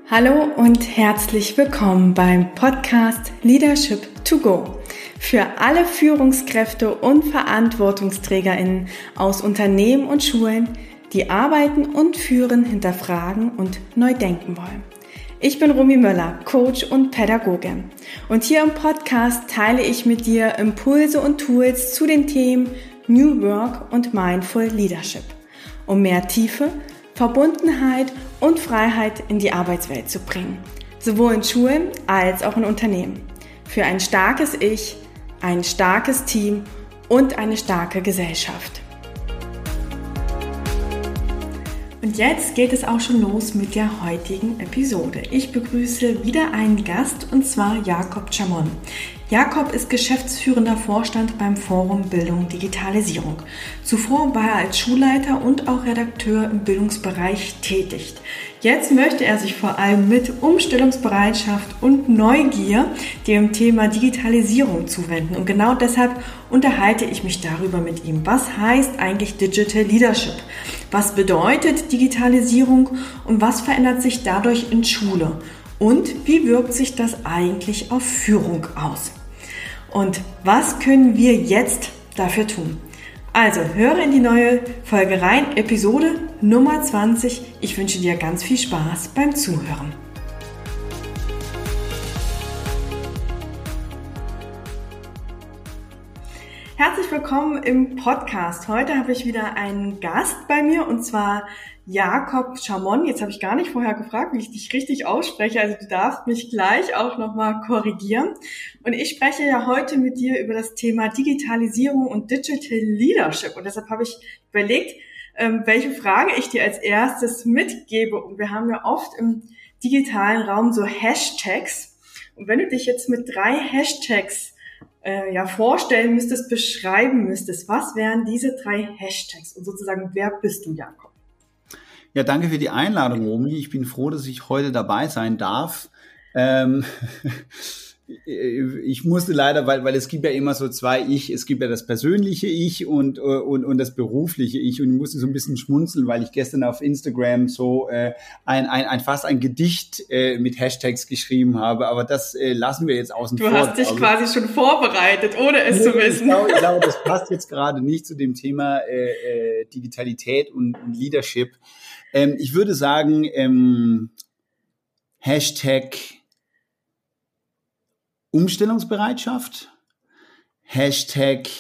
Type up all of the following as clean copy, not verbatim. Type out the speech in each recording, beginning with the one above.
Hallo und herzlich willkommen beim Podcast Leadership to Go für alle Führungskräfte und VerantwortungsträgerInnen aus Unternehmen und Schulen, die Arbeiten und Führen hinterfragen und neu denken wollen. Ich bin Romy Möller, Coach und Pädagoge. Und hier im Podcast teile ich mit dir Impulse und Tools zu den Themen New Work und Mindful Leadership, um mehr Tiefe, Verbundenheit und Freiheit in die Arbeitswelt zu bringen, sowohl in Schulen als auch in Unternehmen. Für ein starkes Ich, ein starkes Team und eine starke Gesellschaft. Und jetzt geht es auch schon los mit der heutigen Episode. Ich begrüße wieder einen Gast, und zwar Jakob Chamon. Jakob ist geschäftsführender Vorstand beim Forum Bildung Digitalisierung. Zuvor war er als Schulleiter und auch Redakteur im Bildungsbereich tätig. Jetzt möchte er sich vor allem mit Umstellungsbereitschaft und Neugier dem Thema Digitalisierung zuwenden. Und genau deshalb unterhalte ich mich darüber mit ihm. Was heißt eigentlich Digital Leadership? Was bedeutet Digitalisierung und was verändert sich dadurch in Schule? Und wie wirkt sich das eigentlich auf Führung aus? Und was können wir jetzt dafür tun? Also höre in die neue Folge rein, Episode Nummer 20. Ich wünsche dir ganz viel Spaß beim Zuhören. Herzlich willkommen im Podcast. Heute habe ich wieder einen Gast bei mir, und zwar Jakob Chamon. Jetzt habe ich gar nicht vorher gefragt, wie ich dich richtig ausspreche. Also du darfst mich gleich auch nochmal korrigieren. Und ich spreche ja heute mit dir über das Thema Digitalisierung und Digital Leadership. Und deshalb habe ich überlegt, welche Frage ich dir als erstes mitgebe. Und wir haben ja oft im digitalen Raum so Hashtags. Und wenn du dich jetzt mit 3 Hashtags vorstellen müsstest, beschreiben müsstest, was wären diese 3 Hashtags? Und sozusagen, wer bist du, Jakob? Ja, danke für die Einladung, Romy. Ich bin froh, dass ich heute dabei sein darf. Ich musste leider, weil es gibt ja immer so 2 Ich, es gibt ja das persönliche Ich und das berufliche Ich, und ich musste so ein bisschen schmunzeln, weil ich gestern auf Instagram so fast ein Gedicht mit Hashtags geschrieben habe, aber das lassen wir jetzt außen vor. Du hast dich quasi schon vorbereitet, ohne es zu wissen. Ich glaube, das passt jetzt gerade nicht zu dem Thema Digitalität und Leadership. Ich würde sagen, Hashtag Umstellungsbereitschaft, Hashtag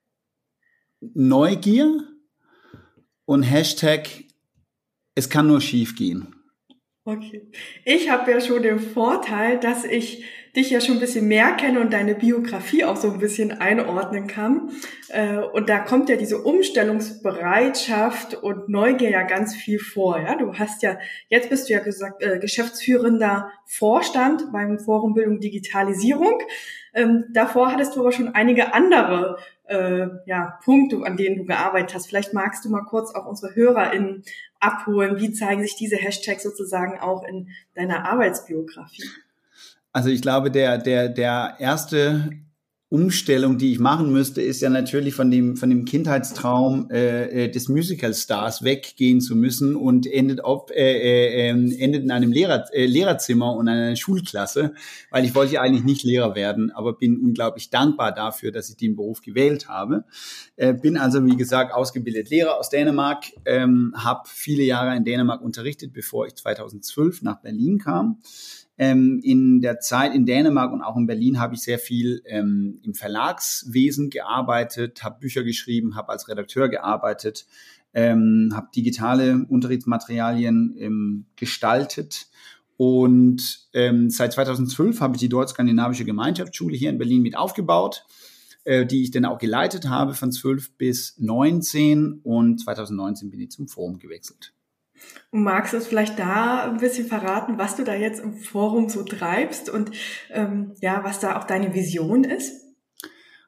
Neugier und Hashtag es kann nur schief gehen. Okay. Ich habe ja schon den Vorteil, dass ich dich ja schon ein bisschen mehr kenne und deine Biografie auch so ein bisschen einordnen kann. Und da kommt ja diese Umstellungsbereitschaft und Neugier ja ganz viel vor. Ja, jetzt bist du ja gesagt geschäftsführender Vorstand beim Forum Bildung Digitalisierung. Davor hattest du aber schon einige andere Punkte, an denen du gearbeitet hast. Vielleicht magst du mal kurz auch unsere HörerInnen abholen. Wie zeigen sich diese Hashtags sozusagen auch in deiner Arbeitsbiografie? Also ich glaube, der erste Umstellung, die ich machen müsste, ist ja natürlich von dem Kindheitstraum des Musical-Stars weggehen zu müssen und endet in einem Lehrerzimmer und einer Schulklasse, weil ich wollte ja eigentlich nicht Lehrer werden, aber bin unglaublich dankbar dafür, dass ich den Beruf gewählt habe. Bin also, wie gesagt, ausgebildet Lehrer aus Dänemark, habe viele Jahre in Dänemark unterrichtet, bevor ich 2012 nach Berlin kam. In der Zeit in Dänemark und auch in Berlin habe ich sehr viel im Verlagswesen gearbeitet, habe Bücher geschrieben, habe als Redakteur gearbeitet, habe digitale Unterrichtsmaterialien gestaltet, und seit 2012 habe ich die Deutsch-Skandinavische Gemeinschaftsschule hier in Berlin mit aufgebaut, die ich dann auch geleitet habe von 12 bis 19, und 2019 bin ich zum Forum gewechselt. Und magst du es vielleicht da ein bisschen verraten, was du da jetzt im Forum so treibst und was da auch deine Vision ist?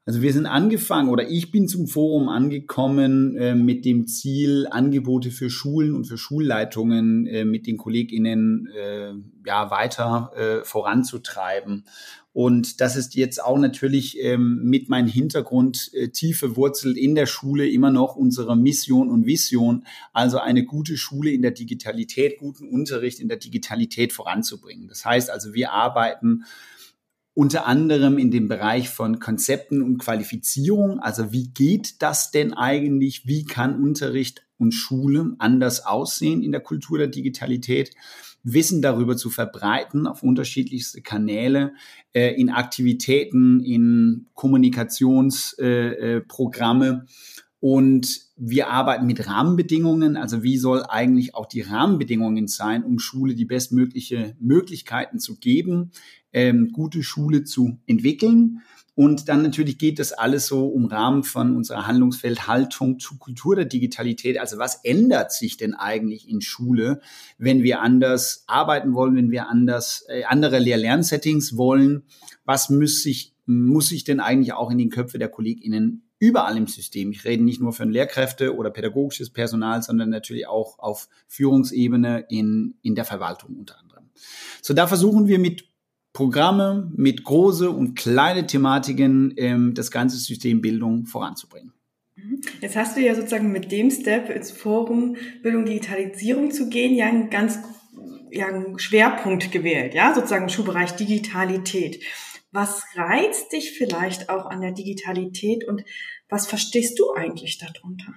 Also wir sind angefangen oder ich bin zum Forum angekommen mit dem Ziel, Angebote für Schulen und für Schulleitungen mit den KollegInnen weiter voranzutreiben. Und das ist jetzt auch natürlich mit meinem Hintergrund tief verwurzelt in der Schule immer noch unsere Mission und Vision, also eine gute Schule in der Digitalität, guten Unterricht in der Digitalität voranzubringen. Das heißt also, wir arbeiten unter anderem in dem Bereich von Konzepten und Qualifizierung. Also wie geht das denn eigentlich? Wie kann Unterricht und Schule anders aussehen in der Kultur der Digitalität? Wissen darüber zu verbreiten auf unterschiedlichste Kanäle, in Aktivitäten, in Kommunikationsprogramme. Und wir arbeiten mit Rahmenbedingungen. Also wie soll eigentlich auch die Rahmenbedingungen sein, um Schule die bestmögliche Möglichkeiten zu geben, gute Schule zu entwickeln. Und dann natürlich geht das alles so im Rahmen von unserer Handlungsfeld Haltung zur Kultur der Digitalität. Also was ändert sich denn eigentlich in Schule, wenn wir anders arbeiten wollen, wenn wir andere Lehr-Lern-Settings wollen? Was muss sich denn eigentlich auch in den Köpfe der KollegInnen überall im System? Ich rede nicht nur von Lehrkräfte oder pädagogisches Personal, sondern natürlich auch auf Führungsebene in der Verwaltung unter anderem. So, da versuchen wir mit Programme, mit große und kleine Thematiken das ganze System Bildung voranzubringen. Jetzt hast du ja sozusagen mit dem Step ins Forum Bildung Digitalisierung zu gehen, ja einen Schwerpunkt gewählt, ja, sozusagen im Schulbereich Digitalität. Was reizt dich vielleicht auch an der Digitalität und was verstehst du eigentlich darunter?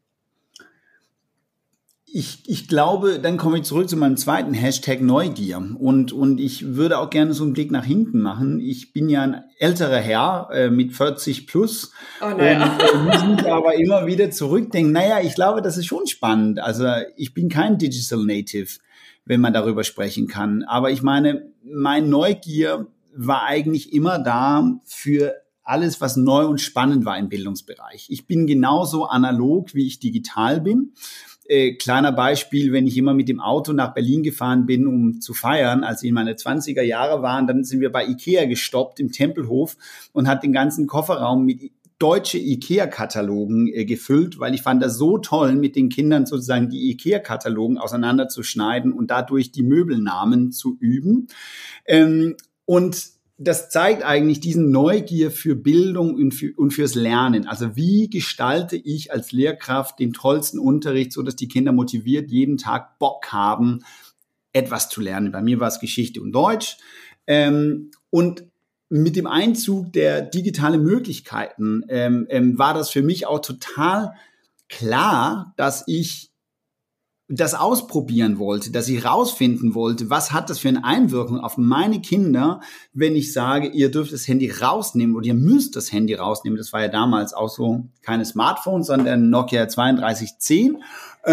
Ich glaube, dann komme ich zurück zu meinem zweiten Hashtag Neugier. Und ich würde auch gerne so einen Blick nach hinten machen. Ich bin ja ein älterer Herr mit 40 plus. Oh, naja. Und muss mich aber immer wieder zurückdenken. Naja, ich glaube, das ist schon spannend. Also ich bin kein Digital Native, wenn man darüber sprechen kann. Aber ich meine, mein Neugier war eigentlich immer da für alles, was neu und spannend war im Bildungsbereich. Ich bin genauso analog, wie ich digital bin. Kleiner Beispiel, wenn ich immer mit dem Auto nach Berlin gefahren bin, um zu feiern, als ich in meine 20er Jahre waren, dann sind wir bei Ikea gestoppt im Tempelhof und hat den ganzen Kofferraum mit deutsche Ikea-Katalogen gefüllt, weil ich fand das so toll, mit den Kindern sozusagen die Ikea-Katalogen auseinanderzuschneiden und dadurch die Möbelnamen zu üben. Und das zeigt eigentlich diesen Neugier für Bildung und fürs Lernen. Also wie gestalte ich als Lehrkraft den tollsten Unterricht, so dass die Kinder motiviert jeden Tag Bock haben, etwas zu lernen. Bei mir war es Geschichte und Deutsch. Und mit dem Einzug der digitalen Möglichkeiten war das für mich auch total klar, dass ich das ausprobieren wollte, dass ich rausfinden wollte, was hat das für eine Einwirkung auf meine Kinder, wenn ich sage, ihr dürft das Handy rausnehmen oder ihr müsst das Handy rausnehmen. Das war ja damals auch so keine Smartphone, sondern Nokia 3210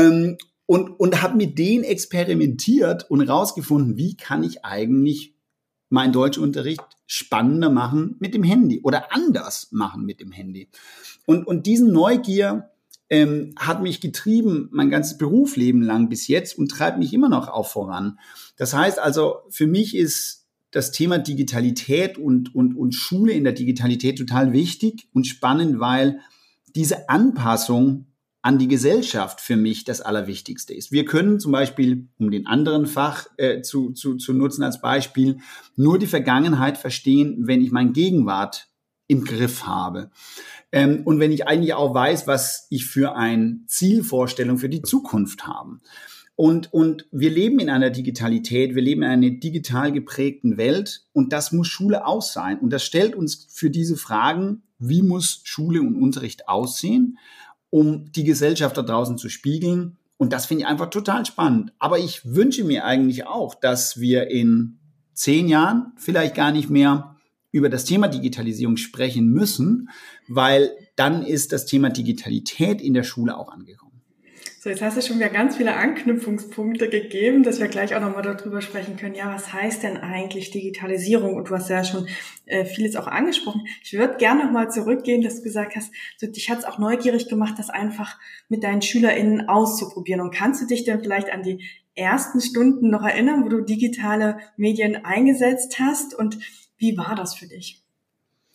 und habe mit denen experimentiert und rausgefunden, wie kann ich eigentlich meinen Deutschunterricht spannender machen mit dem Handy oder anders machen mit dem Handy. Und diesen Neugier hat mich getrieben mein ganzes Berufsleben lang bis jetzt und treibt mich immer noch auch voran. Das heißt also, für mich ist das Thema Digitalität und Schule in der Digitalität total wichtig und spannend, weil diese Anpassung an die Gesellschaft für mich das Allerwichtigste ist. Wir können zum Beispiel, um den anderen Fach zu nutzen als Beispiel, nur die Vergangenheit verstehen, wenn ich mein Gegenwart im Griff habe. Und wenn ich eigentlich auch weiß, was ich für eine Zielvorstellung für die Zukunft habe. Und wir leben in einer Digitalität, wir leben in einer digital geprägten Welt und das muss Schule auch sein. Und das stellt uns für diese Fragen, wie muss Schule und Unterricht aussehen, um die Gesellschaft da draußen zu spiegeln. Und das finde ich einfach total spannend. Aber ich wünsche mir eigentlich auch, dass wir in 10 Jahren vielleicht gar nicht mehr über das Thema Digitalisierung sprechen müssen, weil dann ist das Thema Digitalität in der Schule auch angekommen. So, jetzt hast du schon wieder ganz viele Anknüpfungspunkte gegeben, dass wir gleich auch nochmal darüber sprechen können. Ja, was heißt denn eigentlich Digitalisierung? Und du hast ja schon vieles auch angesprochen. Ich würde gerne nochmal zurückgehen, dass du gesagt hast, so, dich hat es auch neugierig gemacht, das einfach mit deinen SchülerInnen auszuprobieren. Und kannst du dich denn vielleicht an die ersten Stunden noch erinnern, wo du digitale Medien eingesetzt hast? Und wie war das für dich?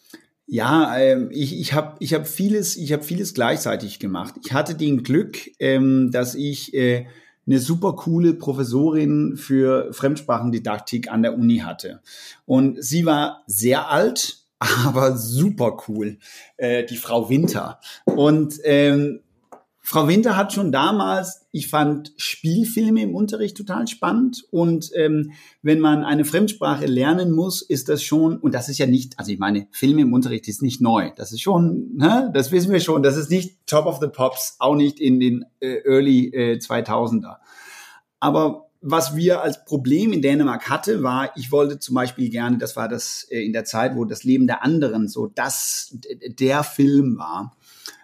Ja, ich hab vieles gleichzeitig gemacht. Ich hatte den Glück, dass ich eine super coole Professorin für Fremdsprachendidaktik an der Uni hatte. Und sie war sehr alt, aber super cool, die Frau Winter. Und Frau Winter hat schon damals, ich fand Spielfilme im Unterricht total spannend und wenn man eine Fremdsprache lernen muss, ist das schon, und das ist ja nicht, also ich meine, Filme im Unterricht ist nicht neu, das ist schon, ne, das wissen wir schon, das ist nicht Top of the Pops, auch nicht in den Early 2000er. Aber was wir als Problem in Dänemark hatte, war, ich wollte zum Beispiel gerne, das war das in der Zeit, wo das Leben der anderen so der Film war,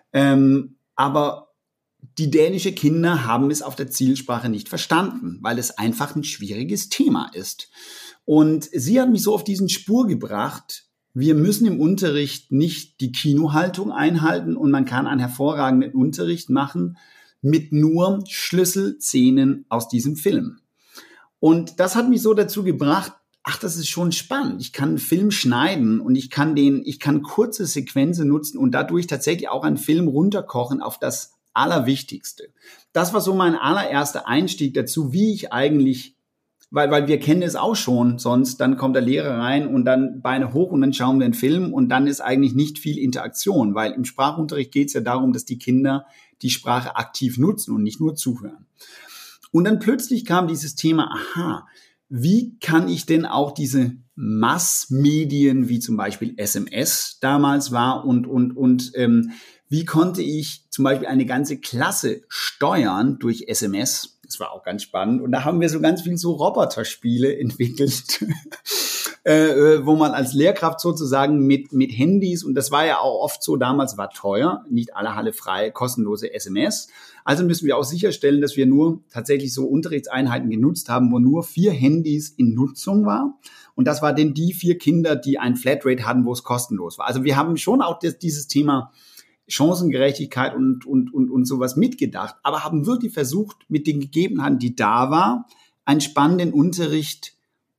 aber die dänische Kinder haben es auf der Zielsprache nicht verstanden, weil es einfach ein schwieriges Thema ist. Und sie hat mich so auf diesen Spur gebracht, wir müssen im Unterricht nicht die Kinohaltung einhalten und man kann einen hervorragenden Unterricht machen mit nur Schlüsselszenen aus diesem Film. Und das hat mich so dazu gebracht, ach, das ist schon spannend. Ich kann einen Film schneiden und ich kann kurze Sequenzen nutzen und dadurch tatsächlich auch einen Film runterkochen auf das Allerwichtigste. Das war so mein allererster Einstieg dazu, wie ich eigentlich, weil wir kennen es auch schon, sonst dann kommt der Lehrer rein und dann Beine hoch und dann schauen wir einen Film und dann ist eigentlich nicht viel Interaktion, weil im Sprachunterricht geht es ja darum, dass die Kinder die Sprache aktiv nutzen und nicht nur zuhören. Und dann plötzlich kam dieses Thema, aha, wie kann ich denn auch diese Massmedien, wie zum Beispiel SMS damals war und wie konnte ich zum Beispiel eine ganze Klasse steuern durch SMS? Das war auch ganz spannend. Und da haben wir so ganz viel so Roboterspiele entwickelt, wo man als Lehrkraft sozusagen mit Handys, und das war ja auch oft so, damals war teuer, nicht alle Halle frei, kostenlose SMS. Also müssen wir auch sicherstellen, dass wir nur tatsächlich so Unterrichtseinheiten genutzt haben, wo nur 4 Handys in Nutzung war. Und das war denn die 4 Kinder, die ein Flatrate hatten, wo es kostenlos war. Also wir haben schon auch dieses Thema Chancengerechtigkeit und sowas mitgedacht, aber haben wirklich versucht, mit den Gegebenheiten, die da war, einen spannenden Unterricht,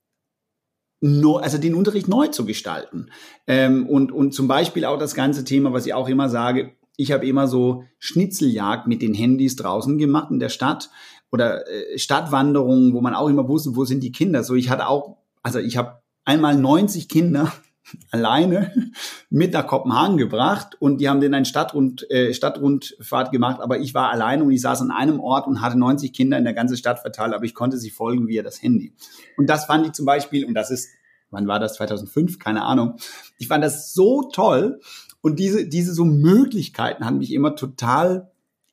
also den Unterricht neu zu gestalten. Und zum Beispiel auch das ganze Thema, was ich auch immer sage, ich habe immer so Schnitzeljagd mit den Handys draußen gemacht in der Stadt oder Stadtwanderungen, wo man auch immer wusste, wo sind die Kinder. So, ich habe einmal 90 Kinder alleine mit nach Kopenhagen gebracht und die haben dann eine Stadtrundfahrt gemacht, aber ich war alleine und ich saß an einem Ort und hatte 90 Kinder in der ganzen Stadt verteilt, aber ich konnte sie folgen via das Handy. Und das fand ich zum Beispiel, und das ist, wann war das, 2005? Keine Ahnung. Ich fand das so toll und diese so Möglichkeiten haben mich immer total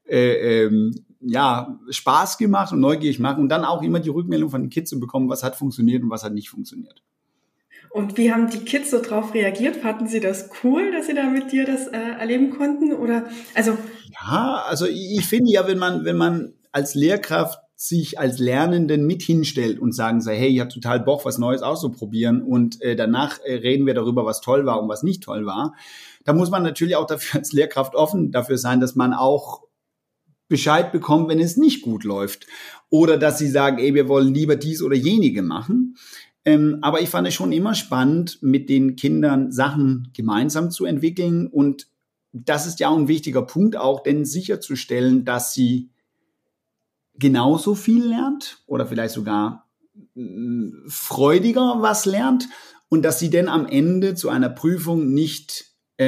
Spaß gemacht und neugierig gemacht und dann auch immer die Rückmeldung von den Kids zu bekommen, was hat funktioniert und was hat nicht funktioniert. Und wie haben die Kids so drauf reagiert? Fanden sie das cool, dass sie da mit dir das erleben konnten? Oder Ja, also ich finde ja, wenn man als Lehrkraft sich als Lernenden mit hinstellt und sagen so, hey, ich habe total Bock, was Neues auszuprobieren und danach reden wir darüber, was toll war und was nicht toll war, da muss man natürlich auch dafür als Lehrkraft offen dafür sein, dass man auch Bescheid bekommt, wenn es nicht gut läuft. Oder dass sie sagen, ey, wir wollen lieber dies oder jenige machen. Aber ich fand es schon immer spannend, mit den Kindern Sachen gemeinsam zu entwickeln. Und das ist ja auch ein wichtiger Punkt auch, denn sicherzustellen, dass sie genauso viel lernt oder vielleicht sogar freudiger was lernt und dass sie denn am Ende zu einer Prüfung nicht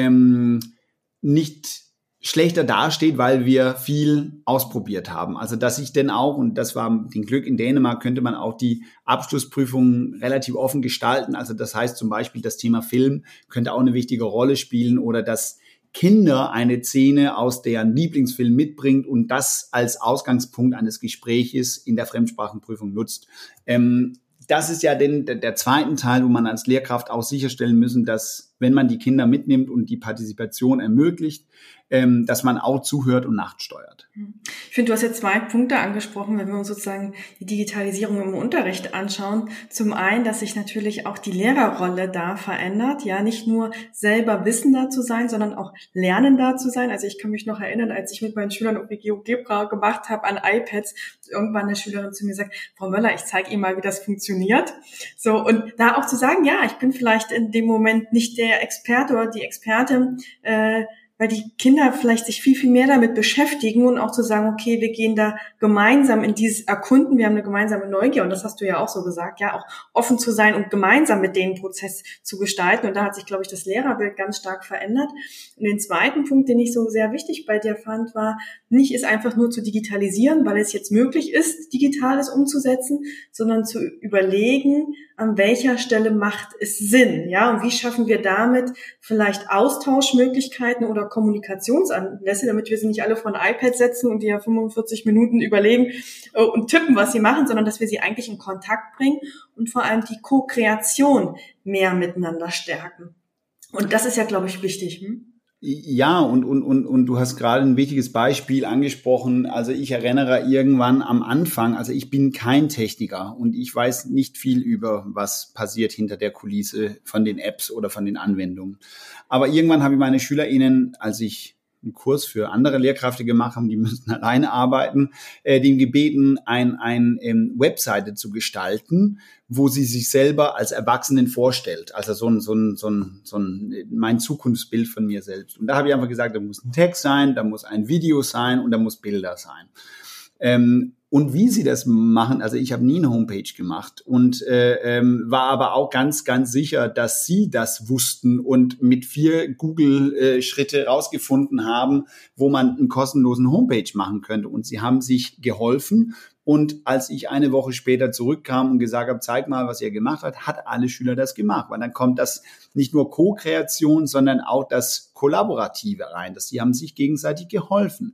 schlechter dasteht, weil wir viel ausprobiert haben. Also dass ich denn auch, und das war ein Glück in Dänemark, könnte man auch die Abschlussprüfungen relativ offen gestalten. Also das heißt zum Beispiel, das Thema Film könnte auch eine wichtige Rolle spielen oder dass Kinder eine Szene aus deren Lieblingsfilm mitbringt und das als Ausgangspunkt eines Gespräches in der Fremdsprachenprüfung nutzt. Das ist ja der zweite Teil, wo man als Lehrkraft auch sicherstellen müssen, dass, wenn man die Kinder mitnimmt und die Partizipation ermöglicht, dass man auch zuhört und nachsteuert. Ich finde, du hast jetzt 2 Punkte angesprochen, wenn wir uns sozusagen die Digitalisierung im Unterricht anschauen. Zum einen, dass sich natürlich auch die Lehrerrolle da verändert, ja, nicht nur selber wissender zu sein, sondern auch lernender zu sein. Also ich kann mich noch erinnern, als ich mit meinen Schülern irgendwie GeoGebra gemacht habe an iPads, irgendwann eine Schülerin zu mir sagt, Frau Möller, ich zeige Ihnen mal, wie das funktioniert. So, und da auch zu sagen, ja, ich bin vielleicht in dem Moment nicht der Experte oder die Expertin, weil die Kinder vielleicht sich viel, viel mehr damit beschäftigen und auch zu sagen, okay, wir gehen da gemeinsam in dieses Erkunden, wir haben eine gemeinsame Neugier und das hast du ja auch so gesagt, ja, auch offen zu sein und gemeinsam mit denen Prozess zu gestalten und da hat sich, glaube ich, das Lehrerbild ganz stark verändert. Und den zweiten Punkt, den ich so sehr wichtig bei dir fand, war, nicht es einfach nur zu digitalisieren, weil es jetzt möglich ist, Digitales umzusetzen, sondern zu überlegen, an welcher Stelle macht es Sinn, ja, und wie schaffen wir damit vielleicht Austauschmöglichkeiten oder Kommunikationsanlässe, damit wir sie nicht alle vor ein iPad setzen und die ja 45 Minuten überlegen und tippen, was sie machen, sondern dass wir sie eigentlich in Kontakt bringen und vor allem die Co-Kreation mehr miteinander stärken. Und das ist ja, glaube ich, wichtig. Ja, und du hast gerade ein wichtiges Beispiel angesprochen. Also ich erinnere irgendwann am Anfang, also ich bin kein Techniker und ich weiß nicht viel über, was passiert hinter der Kulisse von den Apps oder von den Anwendungen. Aber irgendwann habe ich meine SchülerInnen, als ich einen Kurs für andere Lehrkräfte gemacht haben, die müssen alleine arbeiten, den gebeten, eine Webseite zu gestalten, wo sie sich selber als Erwachsenen vorstellt. Also so ein mein Zukunftsbild von mir selbst. Und da habe ich einfach gesagt, da muss ein Text sein, da muss ein Video sein und da muss Bilder sein. Und wie sie das machen, also ich habe nie eine Homepage gemacht und war aber auch ganz, ganz sicher, dass sie das wussten und mit 4 Google-Schritte rausgefunden haben, wo man einen kostenlosen Homepage machen könnte. Und sie haben sich geholfen. Und als ich eine Woche später zurückkam und gesagt habe, zeig mal, was ihr gemacht habt, hat alle Schüler das gemacht. Weil dann kommt das nicht nur Co-Kreation, sondern auch das Kollaborative rein. Die haben sich gegenseitig geholfen.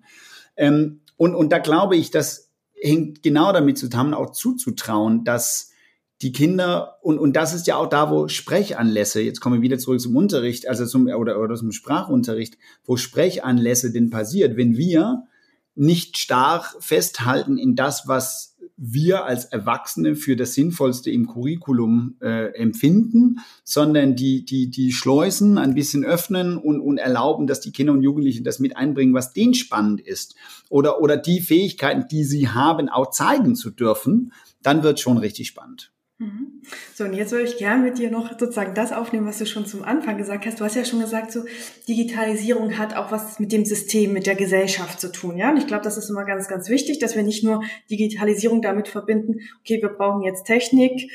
Und da glaube ich, dass hängt genau damit zusammen, auch zuzutrauen, dass die Kinder, und das ist ja auch da, wo Sprechanlässe, jetzt kommen wir wieder zurück zum Unterricht, also oder zum Sprachunterricht, wo Sprechanlässe denn passiert, wenn wir nicht stark festhalten in das, was wir als Erwachsene für das Sinnvollste im Curriculum empfinden, sondern die Schleusen ein bisschen öffnen und erlauben, dass die Kinder und Jugendlichen das mit einbringen, was denen spannend ist. Oder die Fähigkeiten, die sie haben, auch zeigen zu dürfen, dann wird schon richtig spannend. So, und jetzt würde ich gerne mit dir noch sozusagen das aufnehmen, was du schon zum Anfang gesagt hast. Du hast ja schon gesagt, so Digitalisierung hat auch was mit dem System, mit der Gesellschaft zu tun, ja. Und ich glaube, das ist immer ganz, ganz wichtig, dass wir nicht nur Digitalisierung damit verbinden, okay, wir brauchen jetzt Technik,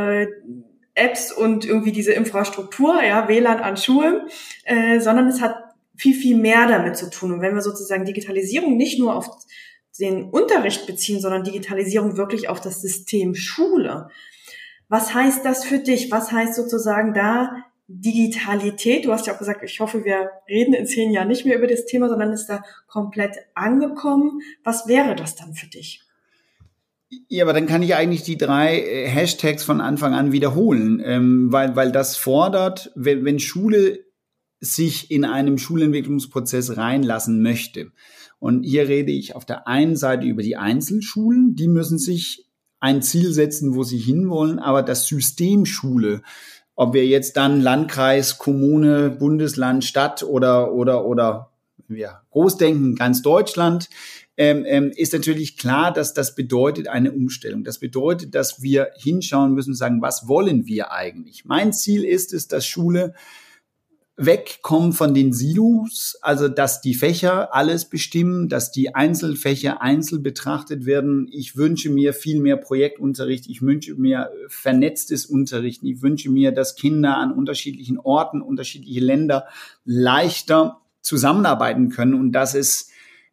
Apps und irgendwie diese Infrastruktur, ja, WLAN an Schulen, sondern es hat viel, viel mehr damit zu tun. Und wenn wir sozusagen Digitalisierung nicht nur auf den Unterricht beziehen, sondern Digitalisierung wirklich auf das System Schule. Was heißt das für dich? Was heißt sozusagen da Digitalität? Du hast ja auch gesagt, ich hoffe, wir reden in 10 Jahren nicht mehr über das Thema, sondern ist da komplett angekommen. Was wäre das dann für dich? Ja, aber dann kann ich eigentlich die 3 Hashtags von Anfang an wiederholen, weil das fordert, wenn Schule sich in einem Schulentwicklungsprozess reinlassen möchte. Und hier rede ich auf der einen Seite über die Einzelschulen, die müssen sich ein Ziel setzen, wo sie hinwollen, aber das System Schule, ob wir jetzt dann Landkreis, Kommune, Bundesland, Stadt oder wir großdenken, ganz Deutschland, ist natürlich klar, dass das bedeutet eine Umstellung. Das bedeutet, dass wir hinschauen müssen und sagen, was wollen wir eigentlich? Mein Ziel ist es, dass Schule wegkommen von den Silos, also dass die Fächer alles bestimmen, dass die Einzelfächer einzeln betrachtet werden. Ich wünsche mir viel mehr Projektunterricht, ich wünsche mir vernetztes Unterrichten, ich wünsche mir, dass Kinder an unterschiedlichen Orten, unterschiedliche Länder leichter zusammenarbeiten können und dass es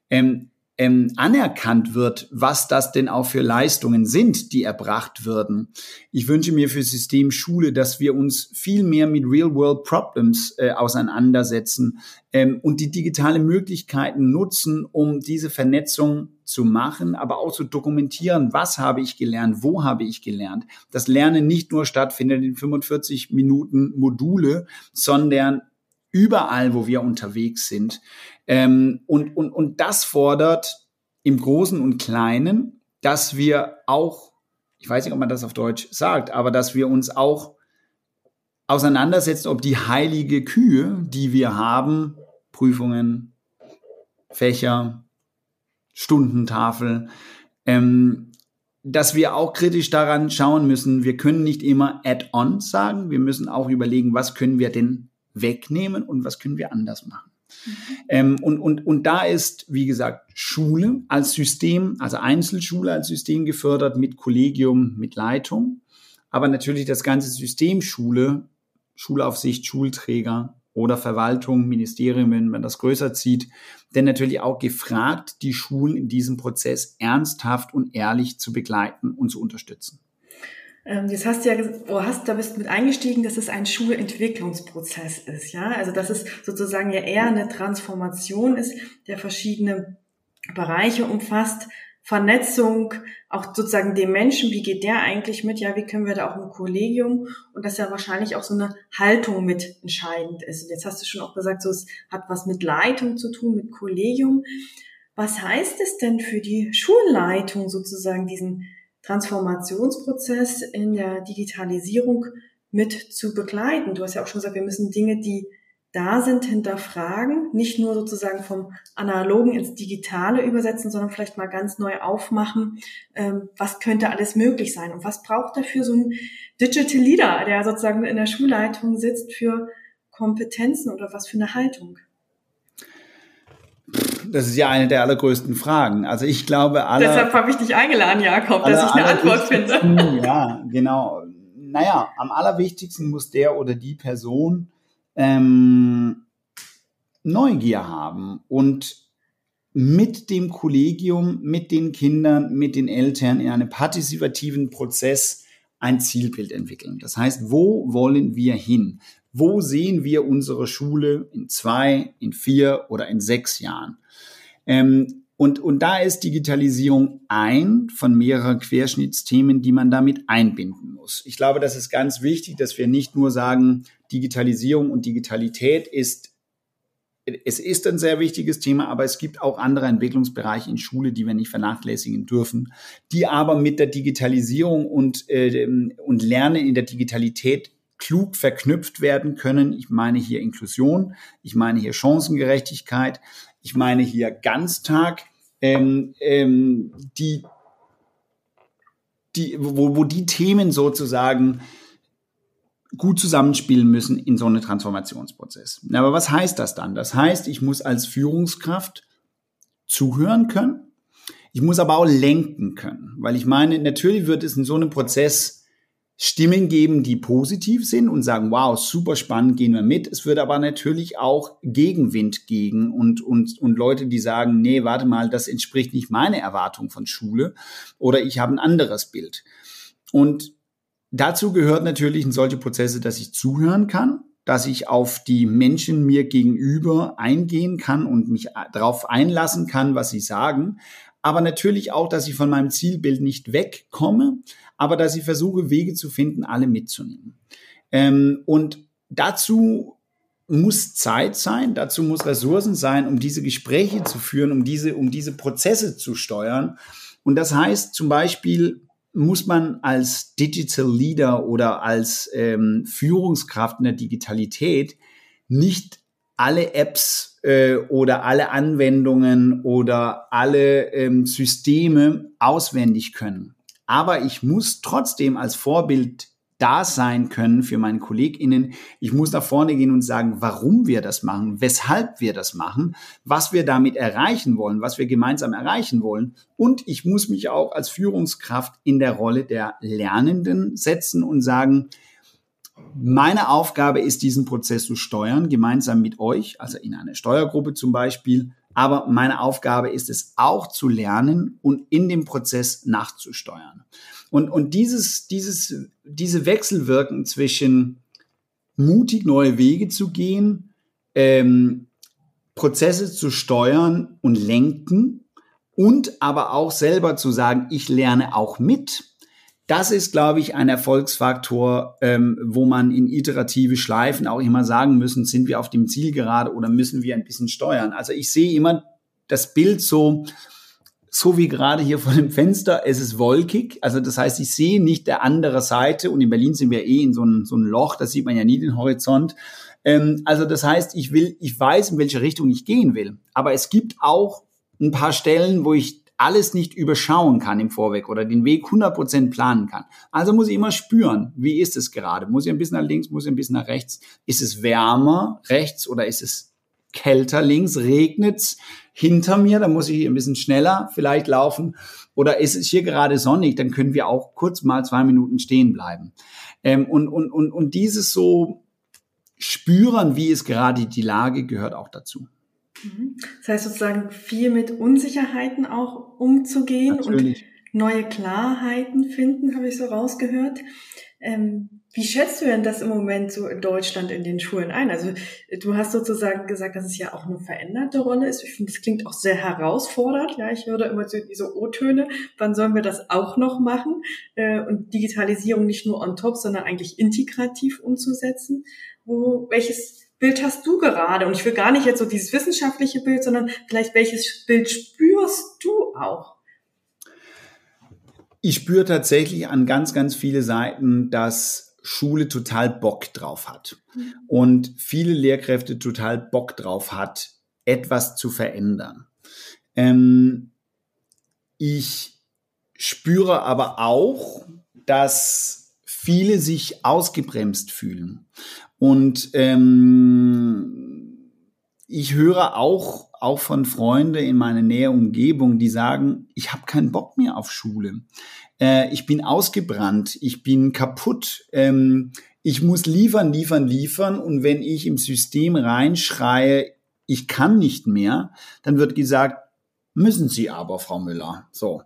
anerkannt wird, was das denn auch für Leistungen sind, die erbracht werden. Ich wünsche mir für System Schule, dass wir uns viel mehr mit Real-World-Problems auseinandersetzen und die digitale Möglichkeiten nutzen, um diese Vernetzung zu machen, aber auch zu dokumentieren, was habe ich gelernt, wo habe ich gelernt. Das Lernen nicht nur stattfindet in 45 Minuten Module, sondern überall, wo wir unterwegs sind. Und das fordert im Großen und Kleinen, dass wir auch, ich weiß nicht, ob man das auf Deutsch sagt, aber dass wir uns auch auseinandersetzen, ob die heilige Kühe, die wir haben, Prüfungen, Fächer, Stundentafel, dass wir auch kritisch daran schauen müssen, wir können nicht immer add-on sagen, wir müssen auch überlegen, was können wir denn wegnehmen und was können wir anders machen. Und da ist, wie gesagt, Schule als System, also Einzelschule als System gefördert mit Kollegium, mit Leitung, aber natürlich das ganze System Schule, Schulaufsicht, Schulträger oder Verwaltung, Ministerium, wenn man das größer zieht, denn natürlich auch gefragt, die Schulen in diesem Prozess ernsthaft und ehrlich zu begleiten und zu unterstützen. Jetzt hast du ja, da bist du mit eingestiegen, dass es ein Schulentwicklungsprozess ist, ja? Also, dass es sozusagen ja eher eine Transformation ist, der verschiedene Bereiche umfasst, Vernetzung, auch sozusagen dem Menschen, wie geht der eigentlich mit, ja, wie können wir da auch im Kollegium, und dass ja wahrscheinlich auch so eine Haltung mit entscheidend ist. Und jetzt hast du schon auch gesagt, so, es hat was mit Leitung zu tun, mit Kollegium. Was heißt es denn für die Schulleitung sozusagen, diesen Transformationsprozess in der Digitalisierung mit zu begleiten? Du hast ja auch schon gesagt, wir müssen Dinge, die da sind, hinterfragen, nicht nur sozusagen vom Analogen ins Digitale übersetzen, sondern vielleicht mal ganz neu aufmachen, was könnte alles möglich sein und was braucht dafür so ein Digital Leader, der sozusagen in der Schulleitung sitzt, für Kompetenzen oder was für eine Haltung? Das ist ja eine der allergrößten Fragen. Also ich glaube, deshalb habe ich dich eingeladen, Jakob, dass ich eine Antwort finde. Ja, genau. Naja, am allerwichtigsten muss der oder die Person Neugier haben und mit dem Kollegium, mit den Kindern, mit den Eltern in einem partizipativen Prozess ein Zielbild entwickeln. Das heißt, wo wollen wir hin? Wo sehen wir unsere Schule in 2, in 4 oder in 6 Jahren? Und da ist Digitalisierung ein von mehreren Querschnittsthemen, die man damit einbinden muss. Ich glaube, das ist ganz wichtig, dass wir nicht nur sagen, Digitalisierung und Digitalität ist ein sehr wichtiges Thema, aber es gibt auch andere Entwicklungsbereiche in Schule, die wir nicht vernachlässigen dürfen, die aber mit der Digitalisierung und Lernen in der Digitalität klug verknüpft werden können. Ich meine hier Inklusion, ich meine hier Chancengerechtigkeit, ich meine hier Ganztag, wo die Themen sozusagen gut zusammenspielen müssen in so einem Transformationsprozess. Aber was heißt das dann? Das heißt, ich muss als Führungskraft zuhören können, ich muss aber auch lenken können, weil ich meine, natürlich wird es in so einem Prozess Stimmen geben, die positiv sind und sagen, wow, super spannend, gehen wir mit. Es wird aber natürlich auch Gegenwind geben und Leute, die sagen, nee, warte mal, das entspricht nicht meiner Erwartung von Schule oder ich habe ein anderes Bild. Und dazu gehört natürlich in solche Prozesse, dass ich zuhören kann, dass ich auf die Menschen mir gegenüber eingehen kann und mich darauf einlassen kann, was sie sagen. Aber natürlich auch, dass ich von meinem Zielbild nicht wegkomme, aber dass ich versuche, Wege zu finden, alle mitzunehmen. Und dazu muss Zeit sein, dazu muss Ressourcen sein, um diese Gespräche zu führen, um diese Prozesse zu steuern. Und das heißt zum Beispiel, muss man als Digital Leader oder als Führungskraft in der Digitalität nicht alle Apps oder alle Anwendungen oder alle Systeme auswendig können. Aber ich muss trotzdem als Vorbild da sein können für meine KollegInnen. Ich muss nach vorne gehen und sagen, warum wir das machen, weshalb wir das machen, was wir damit erreichen wollen, was wir gemeinsam erreichen wollen. Und ich muss mich auch als Führungskraft in der Rolle der Lernenden setzen und sagen, meine Aufgabe ist, diesen Prozess zu steuern, gemeinsam mit euch, also in einer Steuergruppe zum Beispiel. Aber meine Aufgabe ist es auch zu lernen und in dem Prozess nachzusteuern. Und diese Wechselwirkung zwischen mutig neue Wege zu gehen, Prozesse zu steuern und lenken und aber auch selber zu sagen, ich lerne auch mit, das ist, glaube ich, ein Erfolgsfaktor, wo man in iterative Schleifen auch immer sagen müssen, sind wir auf dem Ziel gerade oder müssen wir ein bisschen steuern? Also ich sehe immer das Bild so wie gerade hier vor dem Fenster, es ist wolkig. Also das heißt, ich sehe nicht der andere Seite und in Berlin sind wir in so ein Loch, da sieht man ja nie den Horizont. Also das heißt, ich weiß, in welche Richtung ich gehen will. Aber es gibt auch ein paar Stellen, wo ich alles nicht überschauen kann im Vorweg oder den Weg 100% planen kann. Also muss ich immer spüren, wie ist es gerade? Muss ich ein bisschen nach links, muss ich ein bisschen nach rechts? Ist es wärmer rechts oder ist es kälter links? Regnet's hinter mir? Dann muss ich ein bisschen schneller vielleicht laufen. Oder ist es hier gerade sonnig? Dann können wir auch kurz mal 2 Minuten stehen bleiben. Und dieses so spüren, wie ist gerade die Lage, gehört auch dazu. Das heißt sozusagen viel mit Unsicherheiten auch umzugehen. Natürlich. Und neue Klarheiten finden, habe ich so rausgehört. Wie schätzt du denn das im Moment so in Deutschland in den Schulen ein? Also du hast sozusagen gesagt, dass es ja auch eine veränderte Rolle ist. Ich finde, das klingt auch sehr herausfordernd. Ja, ich höre immer so diese O-Töne. Wann sollen wir das auch noch machen? Und Digitalisierung nicht nur on top, sondern eigentlich integrativ umzusetzen. Welches Bild hast du gerade? Und ich will gar nicht jetzt so dieses wissenschaftliche Bild, sondern vielleicht welches Bild spürst du auch? Ich spüre tatsächlich an ganz, ganz viele Seiten, dass Schule total Bock drauf hat und viele Lehrkräfte total Bock drauf hat, etwas zu verändern. Ich spüre aber auch, dass viele sich ausgebremst fühlen. Und ich höre auch von Freunden in meiner näheren Umgebung, die sagen, ich habe keinen Bock mehr auf Schule. Ich bin ausgebrannt, ich bin kaputt. Ich muss liefern. Und wenn ich im System reinschreie, ich kann nicht mehr, dann wird gesagt, müssen Sie aber, Frau Müller. So.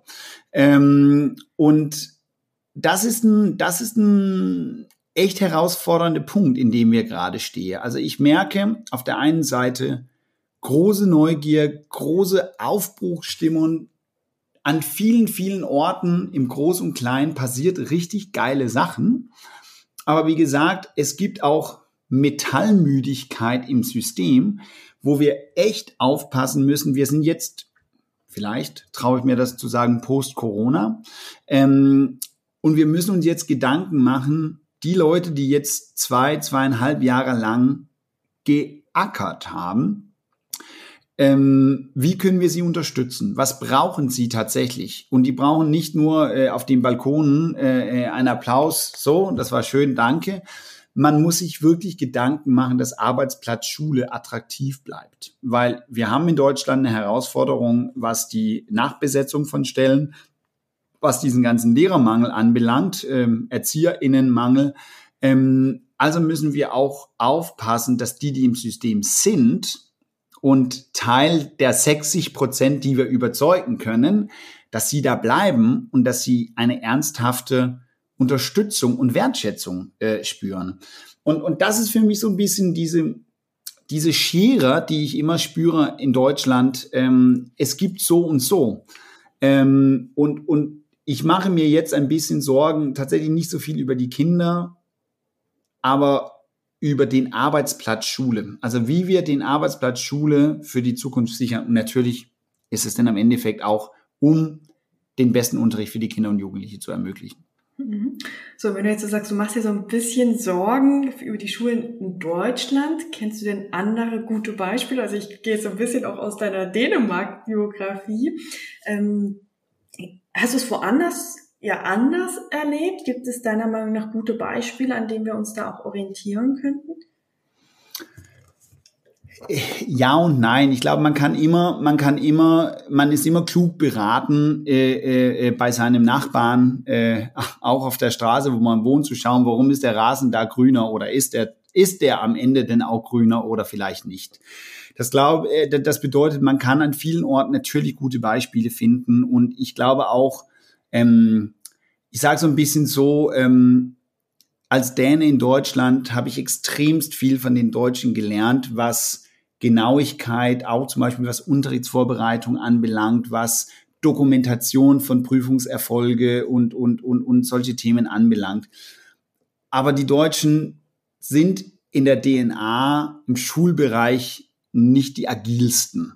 Und das ist ein echt herausfordernder Punkt, in dem wir gerade stehen. Also ich merke auf der einen Seite große Neugier, große Aufbruchsstimmung. An vielen, vielen Orten im Groß und Klein passiert richtig geile Sachen. Aber wie gesagt, es gibt auch Metallmüdigkeit im System, wo wir echt aufpassen müssen. Wir sind jetzt, vielleicht traue ich mir das zu sagen, Post-Corona. Und wir müssen uns jetzt Gedanken machen, die Leute, die jetzt 2,5 Jahre lang geackert haben, wie können wir sie unterstützen? Was brauchen sie tatsächlich? Und die brauchen nicht nur auf den Balkonen einen Applaus, so, das war schön, danke. Man muss sich wirklich Gedanken machen, dass Arbeitsplatz Schule attraktiv bleibt. Weil wir haben in Deutschland eine Herausforderung, was die Nachbesetzung von Stellen, was diesen ganzen Lehrermangel anbelangt, ErzieherInnenmangel. Also müssen wir auch aufpassen, dass die im System sind und Teil der 60%, die wir überzeugen können, dass sie da bleiben und dass sie eine ernsthafte Unterstützung und Wertschätzung spüren. Und das ist für mich so ein bisschen diese Schere, die ich immer spüre in Deutschland. Es gibt so und so. Und ich mache mir jetzt ein bisschen Sorgen, tatsächlich nicht so viel über die Kinder, aber über den Arbeitsplatz Schule. Also wie wir den Arbeitsplatz Schule für die Zukunft sichern. Und natürlich ist es dann am Endeffekt auch, um den besten Unterricht für die Kinder und Jugendliche zu ermöglichen. So, wenn du jetzt so sagst, du machst dir so ein bisschen Sorgen über die Schulen in Deutschland, kennst du denn andere gute Beispiele? Also ich gehe jetzt so ein bisschen auch aus deiner Dänemark-Biografie. Hast du es woanders anders erlebt? Gibt es deiner Meinung nach gute Beispiele, an denen wir uns da auch orientieren könnten? Ja und nein. Ich glaube, man ist immer klug beraten, bei seinem Nachbarn, auch auf der Straße, wo man wohnt, zu schauen, warum ist der Rasen da grüner oder ist der am Ende denn auch grüner oder vielleicht nicht. Das bedeutet, man kann an vielen Orten natürlich gute Beispiele finden und ich glaube auch, ich sage so ein bisschen so, als Däne in Deutschland habe ich extremst viel von den Deutschen gelernt, was Genauigkeit, auch zum Beispiel was Unterrichtsvorbereitung anbelangt, was Dokumentation von Prüfungserfolge und solche Themen anbelangt. Aber die Deutschen sind in der DNA im Schulbereich nicht die agilsten.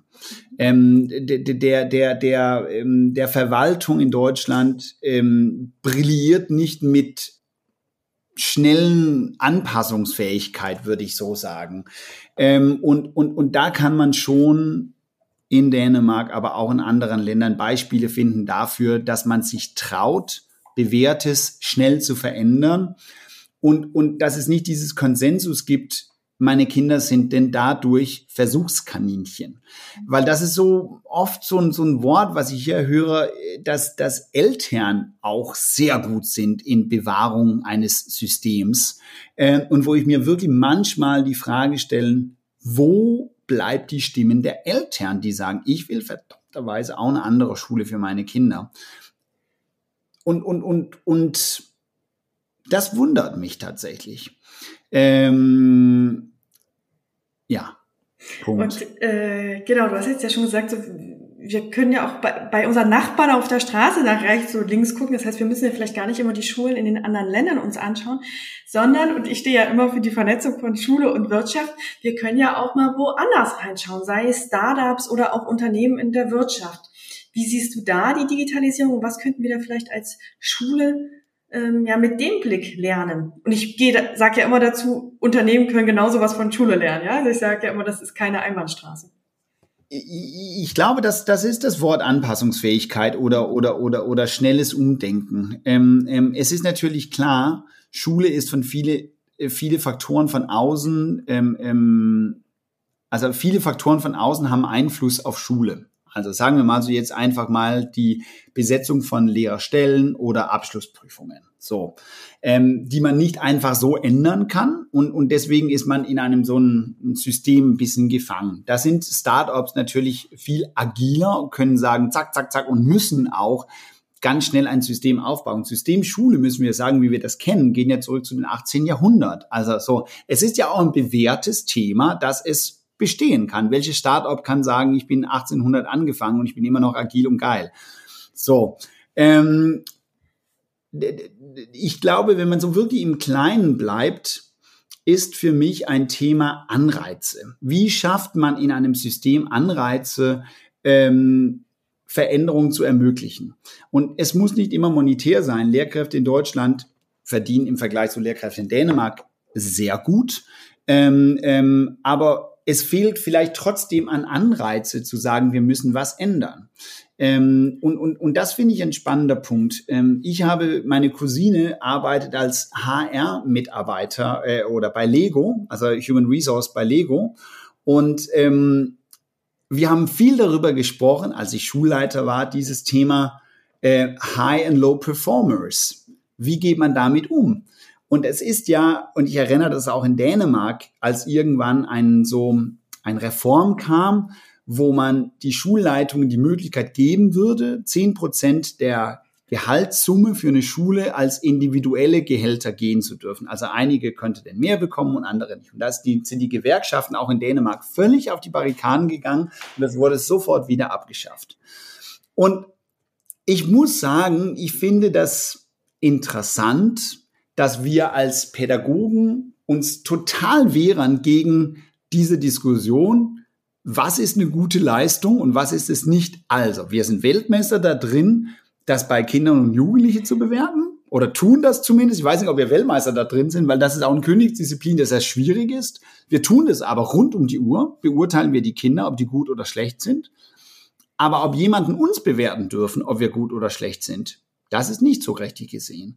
Der Verwaltung in Deutschland brilliert nicht mit schnellen Anpassungsfähigkeit, würde ich so sagen. Und da kann man schon in Dänemark, aber auch in anderen Ländern Beispiele finden dafür, dass man sich traut, Bewährtes schnell zu verändern und dass es nicht dieses Konsensus gibt, meine Kinder sind denn dadurch Versuchskaninchen. Weil das ist so oft so ein Wort, was ich hier höre, dass Eltern auch sehr gut sind in Bewahrung eines Systems. Und wo ich mir wirklich manchmal die Frage stelle, wo bleibt die Stimmen der Eltern, die sagen, ich will verdammterweise auch eine andere Schule für meine Kinder. Und das wundert mich tatsächlich. Ja, Punkt. Und genau, du hast jetzt ja schon gesagt, so, wir können ja auch bei unseren Nachbarn auf der Straße nach rechts und links gucken. Das heißt, wir müssen ja vielleicht gar nicht immer die Schulen in den anderen Ländern uns anschauen, sondern, und ich stehe ja immer für die Vernetzung von Schule und Wirtschaft, wir können ja auch mal woanders reinschauen, sei es Startups oder auch Unternehmen in der Wirtschaft. Wie siehst du da die Digitalisierung? Was könnten wir da vielleicht als Schule mit dem Blick lernen? Und ich sage ja immer dazu, Unternehmen können genauso was von Schule lernen. Ja? Also ich sage ja immer, das ist keine Einbahnstraße. Ich glaube, das ist das Wort Anpassungsfähigkeit oder schnelles Umdenken. Es ist natürlich klar, Schule ist von viele Faktoren von außen, also viele Faktoren von außen haben Einfluss auf Schule. Also sagen wir mal so jetzt einfach mal die Besetzung von Lehrerstellen oder Abschlussprüfungen, so, die man nicht einfach so ändern kann und deswegen ist man in einem so ein System ein bisschen gefangen. Da sind Startups natürlich viel agiler und können sagen, zack, zack, zack und müssen auch ganz schnell ein System aufbauen. System Schule, müssen wir sagen, wie wir das kennen, gehen ja zurück zu den 18. Jahrhundert. Also so, es ist ja auch ein bewährtes Thema, dass es bestehen kann. Welches Startup kann sagen, ich bin 1800 angefangen und ich bin immer noch agil und geil? So, ich glaube, wenn man so wirklich im Kleinen bleibt, ist für mich ein Thema Anreize. Wie schafft man in einem System Anreize, Veränderungen zu ermöglichen? Und es muss nicht immer monetär sein. Lehrkräfte in Deutschland verdienen im Vergleich zu Lehrkräften in Dänemark sehr gut, aber es fehlt vielleicht trotzdem an Anreize zu sagen, wir müssen was ändern. Und das finde ich ein spannender Punkt. Meine Cousine arbeitet als HR-Mitarbeiter oder bei Lego, also Human Resource bei Lego. Und wir haben viel darüber gesprochen, als ich Schulleiter war, dieses Thema High and Low Performers. Wie geht man damit um? Und es ist ja, und ich erinnere das auch in Dänemark, als irgendwann ein Reform kam, wo man die Schulleitungen die Möglichkeit geben würde, 10% der Gehaltssumme für eine Schule als individuelle Gehälter gehen zu dürfen. Also einige könnten denn mehr bekommen und andere nicht. Und da sind die Gewerkschaften auch in Dänemark völlig auf die Barrikaden gegangen und das wurde sofort wieder abgeschafft. Und ich muss sagen, ich finde das interessant, dass wir als Pädagogen uns total wehren gegen diese Diskussion, was ist eine gute Leistung und was ist es nicht. Also, wir sind Weltmeister da drin, das bei Kindern und Jugendlichen zu bewerten oder tun das zumindest. Ich weiß nicht, ob wir Weltmeister da drin sind, weil das ist auch eine Königsdisziplin, das sehr schwierig ist. Wir tun das aber rund um die Uhr, beurteilen wir die Kinder, ob die gut oder schlecht sind. Aber ob jemanden uns bewerten dürfen, ob wir gut oder schlecht sind, das ist nicht so richtig gesehen.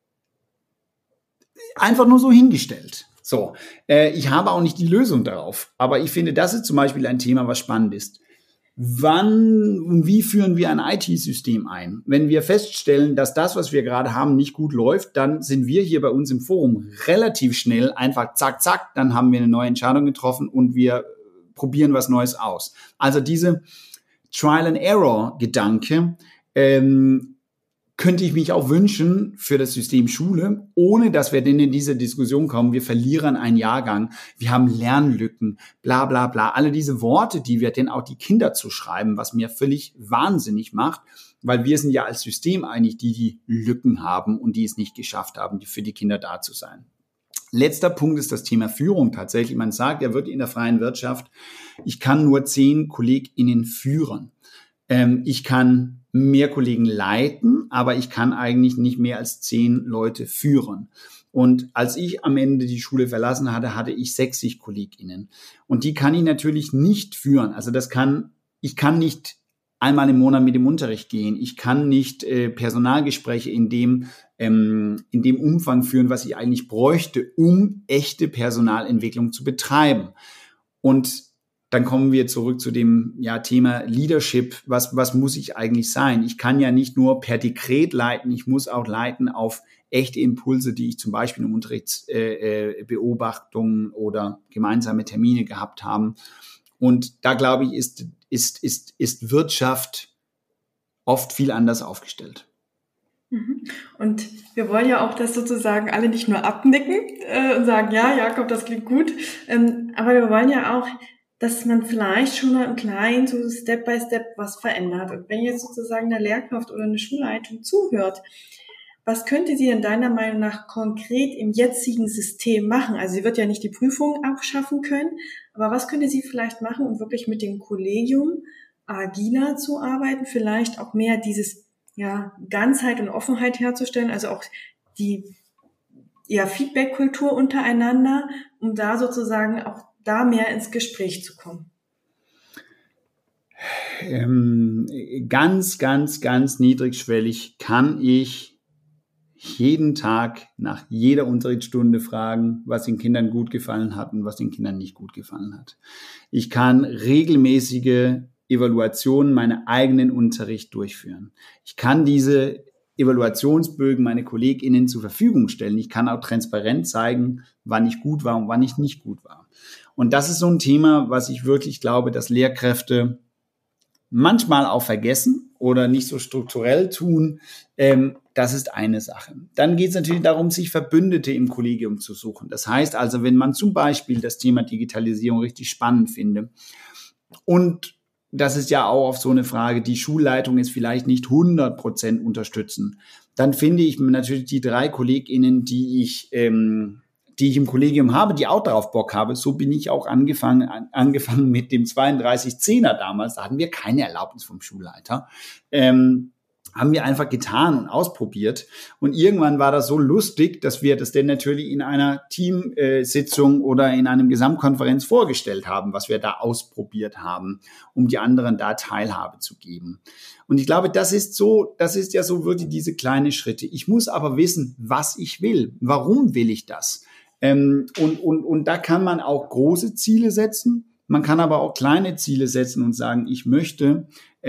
Einfach nur so hingestellt. So, ich habe auch nicht die Lösung darauf, aber ich finde, das ist zum Beispiel ein Thema, was spannend ist. Wann und wie führen wir ein IT-System ein? Wenn wir feststellen, dass das, was wir gerade haben, nicht gut läuft, dann sind wir hier bei uns im Forum relativ schnell einfach zack, zack, dann haben wir eine neue Entscheidung getroffen und wir probieren was Neues aus. Also diese Trial-and-Error-Gedanke, könnte ich mich auch wünschen für das System Schule, ohne dass wir denn in diese Diskussion kommen, wir verlieren einen Jahrgang, wir haben Lernlücken, bla bla bla. Alle diese Worte, die wir denn auch die Kinder zu schreiben, was mir völlig wahnsinnig macht, weil wir sind ja als System eigentlich die Lücken haben und die es nicht geschafft haben, für die Kinder da zu sein. Letzter Punkt ist das Thema Führung tatsächlich. Man sagt ja wirklich in der freien Wirtschaft, ich kann nur 10 KollegInnen führen. Ich kann mehr Kollegen leiten, aber ich kann eigentlich nicht mehr als 10 Leute führen. Und als ich am Ende die Schule verlassen hatte, hatte ich 60 KollegInnen. Und die kann ich natürlich nicht führen. Also ich kann nicht einmal im Monat mit dem Unterricht gehen. Ich kann nicht Personalgespräche in dem Umfang führen, was ich eigentlich bräuchte, um echte Personalentwicklung zu betreiben. Und dann kommen wir zurück zu dem Thema Leadership. Was muss ich eigentlich sein? Ich kann ja nicht nur per Dekret leiten, ich muss auch leiten auf echte Impulse, die ich zum Beispiel in Unterrichtsbeobachtungen oder gemeinsame Termine gehabt haben. Und da, glaube ich, ist Wirtschaft oft viel anders aufgestellt. Und wir wollen ja auch, dass sozusagen alle nicht nur abnicken und sagen, ja, Jakob, das klingt gut, aber wir wollen ja auch, dass man vielleicht schon mal im Kleinen so Step by Step was verändert. Und wenn jetzt sozusagen eine Lehrkraft oder eine Schulleitung zuhört, was könnte sie denn deiner Meinung nach konkret im jetzigen System machen? Also sie wird ja nicht die Prüfung abschaffen können, aber was könnte sie vielleicht machen, um wirklich mit dem Kollegium agiler zu arbeiten, vielleicht auch mehr dieses Ganzheit und Offenheit herzustellen, also auch die Feedback-Kultur untereinander, um da sozusagen auch da mehr ins Gespräch zu kommen? Ganz, ganz, ganz niedrigschwellig kann ich jeden Tag nach jeder Unterrichtsstunde fragen, was den Kindern gut gefallen hat und was den Kindern nicht gut gefallen hat. Ich kann regelmäßige Evaluationen meiner eigenen Unterricht durchführen. Ich kann diese Evaluationsbögen meine KollegInnen zur Verfügung stellen. Ich kann auch transparent zeigen, wann ich gut war und wann ich nicht gut war. Und das ist so ein Thema, was ich wirklich glaube, dass Lehrkräfte manchmal auch vergessen oder nicht so strukturell tun. Das ist eine Sache. Dann geht es natürlich darum, sich Verbündete im Kollegium zu suchen. Das heißt also, wenn man zum Beispiel das Thema Digitalisierung richtig spannend findet und das ist ja auch auf so eine Frage, die Schulleitung ist vielleicht nicht 100% unterstützen, dann finde ich natürlich die 3 KollegInnen, die ich im Kollegium habe, die auch darauf Bock habe. So bin ich auch angefangen mit dem 3210er damals. Da hatten wir keine Erlaubnis vom Schulleiter. Haben wir einfach getan und ausprobiert. Und irgendwann war das so lustig, dass wir das denn natürlich in einer Teamsitzung oder in einem Gesamtkonferenz vorgestellt haben, was wir da ausprobiert haben, um die anderen da Teilhabe zu geben. Und ich glaube, das ist ja so wirklich diese kleinen Schritte. Ich muss aber wissen, was ich will. Warum will ich das? Und da kann man auch große Ziele setzen. Man kann aber auch kleine Ziele setzen und sagen, ich möchte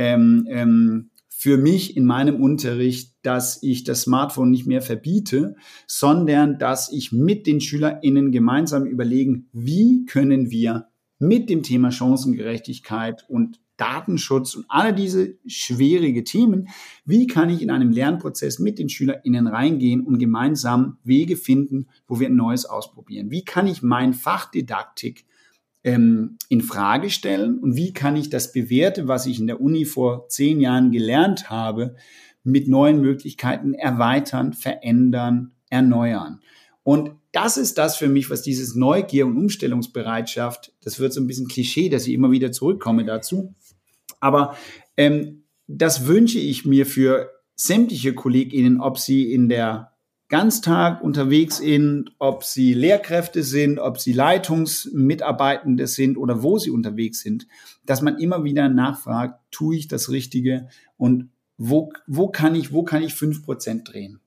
für mich in meinem Unterricht, dass ich das Smartphone nicht mehr verbiete, sondern dass ich mit den SchülerInnen gemeinsam überlegen, wie können wir mit dem Thema Chancengerechtigkeit und Datenschutz und all diese schwierige Themen, wie kann ich in einem Lernprozess mit den SchülerInnen reingehen und gemeinsam Wege finden, wo wir ein Neues ausprobieren? Wie kann ich mein Fachdidaktik in Frage stellen und wie kann ich das Bewährte, was ich in der Uni vor 10 Jahren gelernt habe, mit neuen Möglichkeiten erweitern, verändern, erneuern? Und das ist das für mich, was dieses Neugier und Umstellungsbereitschaft, das wird so ein bisschen Klischee, dass ich immer wieder zurückkomme dazu, aber das wünsche ich mir für sämtliche KollegInnen, ob sie in der Ganztag unterwegs sind, ob sie Lehrkräfte sind, ob sie Leitungsmitarbeitende sind oder wo sie unterwegs sind, dass man immer wieder nachfragt, tue ich das Richtige und wo kann ich 5% drehen?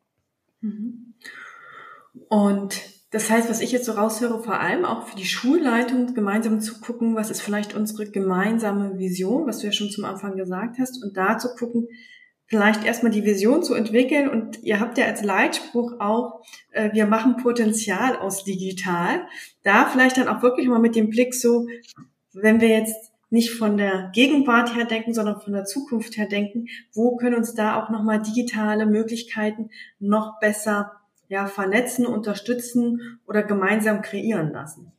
Und das heißt, was ich jetzt so raushöre, vor allem auch für die Schulleitung gemeinsam zu gucken, was ist vielleicht unsere gemeinsame Vision, was du ja schon zum Anfang gesagt hast, und da zu gucken, vielleicht erstmal die Vision zu entwickeln. Und ihr habt ja als Leitspruch auch, wir machen Potenzial aus digital. Da vielleicht dann auch wirklich mal mit dem Blick so, wenn wir jetzt nicht von der Gegenwart her denken, sondern von der Zukunft her denken. Wo können uns da auch nochmal digitale Möglichkeiten noch besser vernetzen, unterstützen oder gemeinsam kreieren lassen?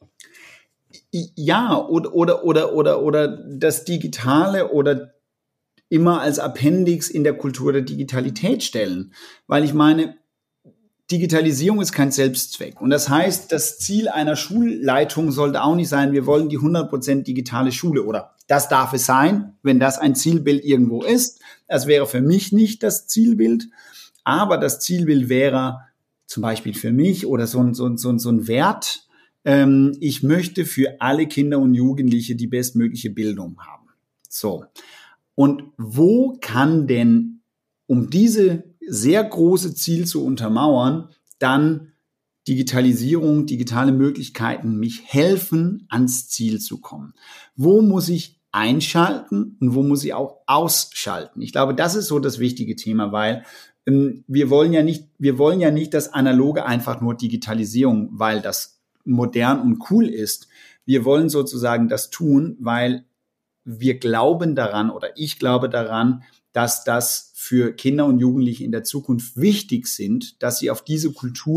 Ja, oder das Digitale oder immer als Appendix in der Kultur der Digitalität stellen. Weil ich meine, Digitalisierung ist kein Selbstzweck. Und das heißt, das Ziel einer Schulleitung sollte auch nicht sein, wir wollen die 100% digitale Schule, oder das darf es sein, wenn das ein Zielbild irgendwo ist. Das wäre für mich nicht das Zielbild, aber das Zielbild wäre zum Beispiel für mich oder so ein Wert, ich möchte für alle Kinder und Jugendliche die bestmögliche Bildung haben. So. Und wo kann denn, um diese sehr große Ziel zu untermauern, dann Digitalisierung, digitale Möglichkeiten mich helfen, ans Ziel zu kommen? Wo muss ich einschalten und wo muss ich auch ausschalten? Ich glaube, das ist so das wichtige Thema, weil wir wollen ja nicht das Analoge einfach nur Digitalisierung, weil das modern und cool ist. Wir wollen sozusagen das tun, weil wir glauben daran oder ich glaube daran, dass das für Kinder und Jugendliche in der Zukunft wichtig sind, dass sie auf diese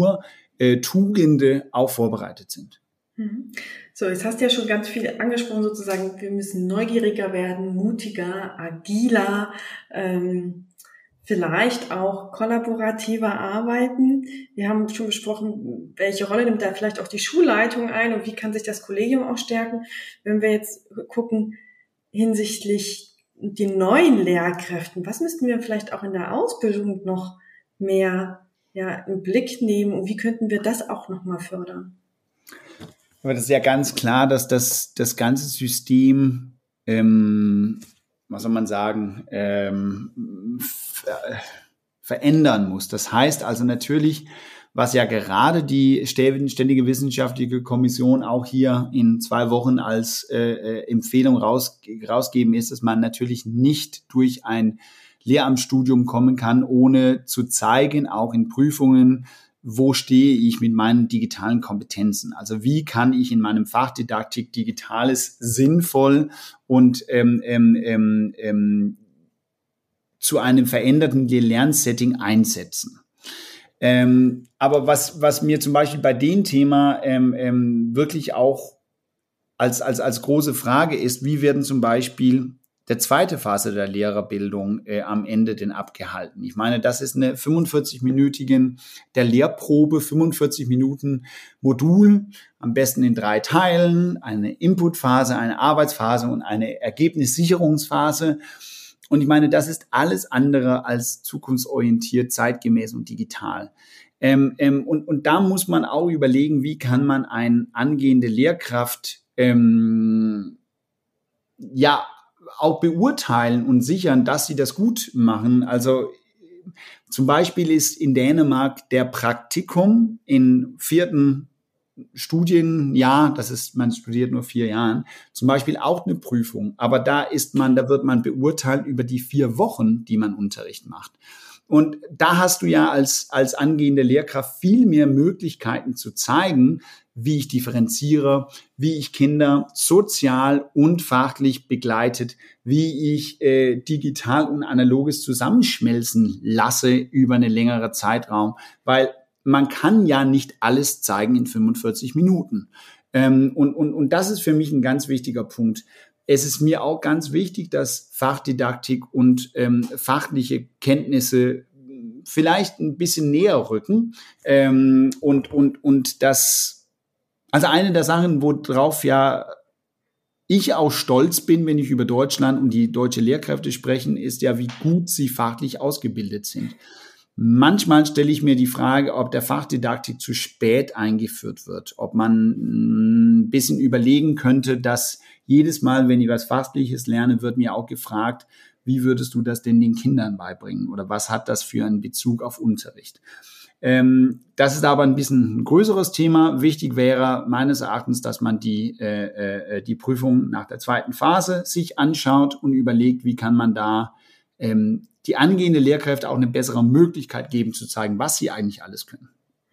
Tugende auch vorbereitet sind. So, jetzt hast du ja schon ganz viel angesprochen, sozusagen, wir müssen neugieriger werden, mutiger, agiler, vielleicht auch kollaborativer arbeiten. Wir haben schon besprochen, welche Rolle nimmt da vielleicht auch die Schulleitung ein und wie kann sich das Kollegium auch stärken. Wenn wir jetzt gucken, hinsichtlich den neuen Lehrkräften, was müssten wir vielleicht auch in der Ausbildung noch mehr im Blick nehmen und wie könnten wir das auch nochmal fördern? Aber das ist ja ganz klar, dass das ganze System, was soll man sagen, verändern muss. Das heißt also natürlich, was ja gerade die Ständige Wissenschaftliche Kommission auch hier in 2 Wochen als Empfehlung rausgeben ist, dass man natürlich nicht durch ein Lehramtsstudium kommen kann, ohne zu zeigen, auch in Prüfungen, wo stehe ich mit meinen digitalen Kompetenzen? Also wie kann ich in meinem Fach Didaktik Digitales sinnvoll und zu einem veränderten Lernsetting einsetzen? Aber was mir zum Beispiel bei dem Thema wirklich auch als große Frage ist, wie werden zum Beispiel der zweite Phase der Lehrerbildung am Ende denn abgehalten? Ich meine, das ist eine 45-minütigen der Lehrprobe, 45 Minuten Modul, am besten in 3 Teilen, eine Inputphase, eine Arbeitsphase und eine Ergebnissicherungsphase. Und ich meine, das ist alles andere als zukunftsorientiert, zeitgemäß und digital. Und da muss man auch überlegen, wie kann man eine angehende Lehrkraft auch beurteilen und sichern, dass sie das gut machen. Also zum Beispiel ist in Dänemark der Praktikum im 4. Studienjahr, man studiert nur 4 Jahren, zum Beispiel auch eine Prüfung. Aber da wird man beurteilt über die 4 Wochen, die man Unterricht macht. Und da hast du ja als angehende Lehrkraft viel mehr Möglichkeiten zu zeigen, wie ich differenziere, wie ich Kinder sozial und fachlich begleitet, wie ich digital und analoges zusammenschmelzen lasse über einen längeren Zeitraum, weil man kann ja nicht alles zeigen in 45 Minuten. Und das ist für mich ein ganz wichtiger Punkt. Es ist mir auch ganz wichtig, dass Fachdidaktik und fachliche Kenntnisse vielleicht ein bisschen näher rücken. Und das, also eine der Sachen, worauf ja ich auch stolz bin, wenn ich über Deutschland und die deutsche Lehrkräfte sprechen, ist ja, wie gut sie fachlich ausgebildet sind. Manchmal stelle ich mir die Frage, ob der Fachdidaktik zu spät eingeführt wird, ob man ein bisschen überlegen könnte, dass jedes Mal, wenn ich was Fachliches lerne, wird mir auch gefragt, wie würdest du das denn den Kindern beibringen oder was hat das für einen Bezug auf Unterricht? Das ist aber ein bisschen ein größeres Thema. Wichtig wäre meines Erachtens, dass man die Prüfung nach der 2. Phase sich anschaut und überlegt, wie kann man da die angehende Lehrkräfte auch eine bessere Möglichkeit geben, zu zeigen, was sie eigentlich alles können.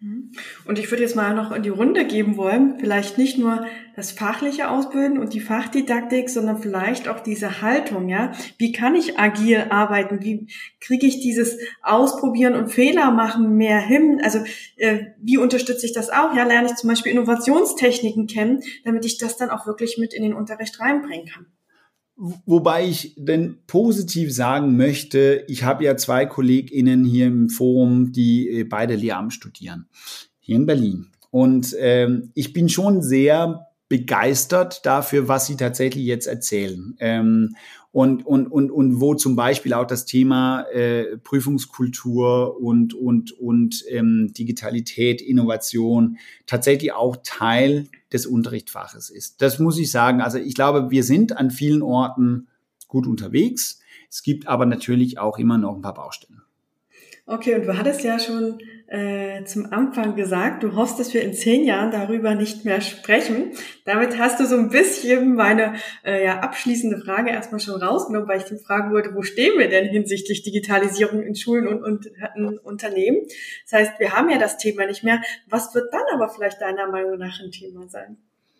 Und ich würde jetzt mal noch in die Runde geben wollen, vielleicht nicht nur das fachliche Ausbilden und die Fachdidaktik, sondern vielleicht auch diese Haltung, ja. Wie kann ich agil arbeiten? Wie kriege ich dieses Ausprobieren und Fehler machen mehr hin? Also, wie unterstütze ich das auch? Ja, lerne ich zum Beispiel Innovationstechniken kennen, damit ich das dann auch wirklich mit in den Unterricht reinbringen kann. Wobei ich denn positiv sagen möchte, ich habe ja 2 KollegInnen hier im Forum, die beide Lehramt studieren, hier in Berlin. Und ich bin schon sehr begeistert dafür, was sie tatsächlich jetzt erzählen. Und wo zum Beispiel auch das Thema Prüfungskultur und Digitalität, Innovation tatsächlich auch Teil des Unterrichtsfaches ist. Das muss ich sagen. Also ich glaube, wir sind an vielen Orten gut unterwegs. Es gibt aber natürlich auch immer noch ein paar Baustellen. Okay, und du hattest ja schon zum Anfang gesagt, du hoffst, dass wir in 10 Jahren darüber nicht mehr sprechen. Damit hast du so ein bisschen meine abschließende Frage erstmal schon rausgenommen, weil ich dich fragen wollte, wo stehen wir denn hinsichtlich Digitalisierung in Schulen und Unternehmen? Das heißt, wir haben ja das Thema nicht mehr. Was wird dann aber vielleicht deiner Meinung nach ein Thema sein?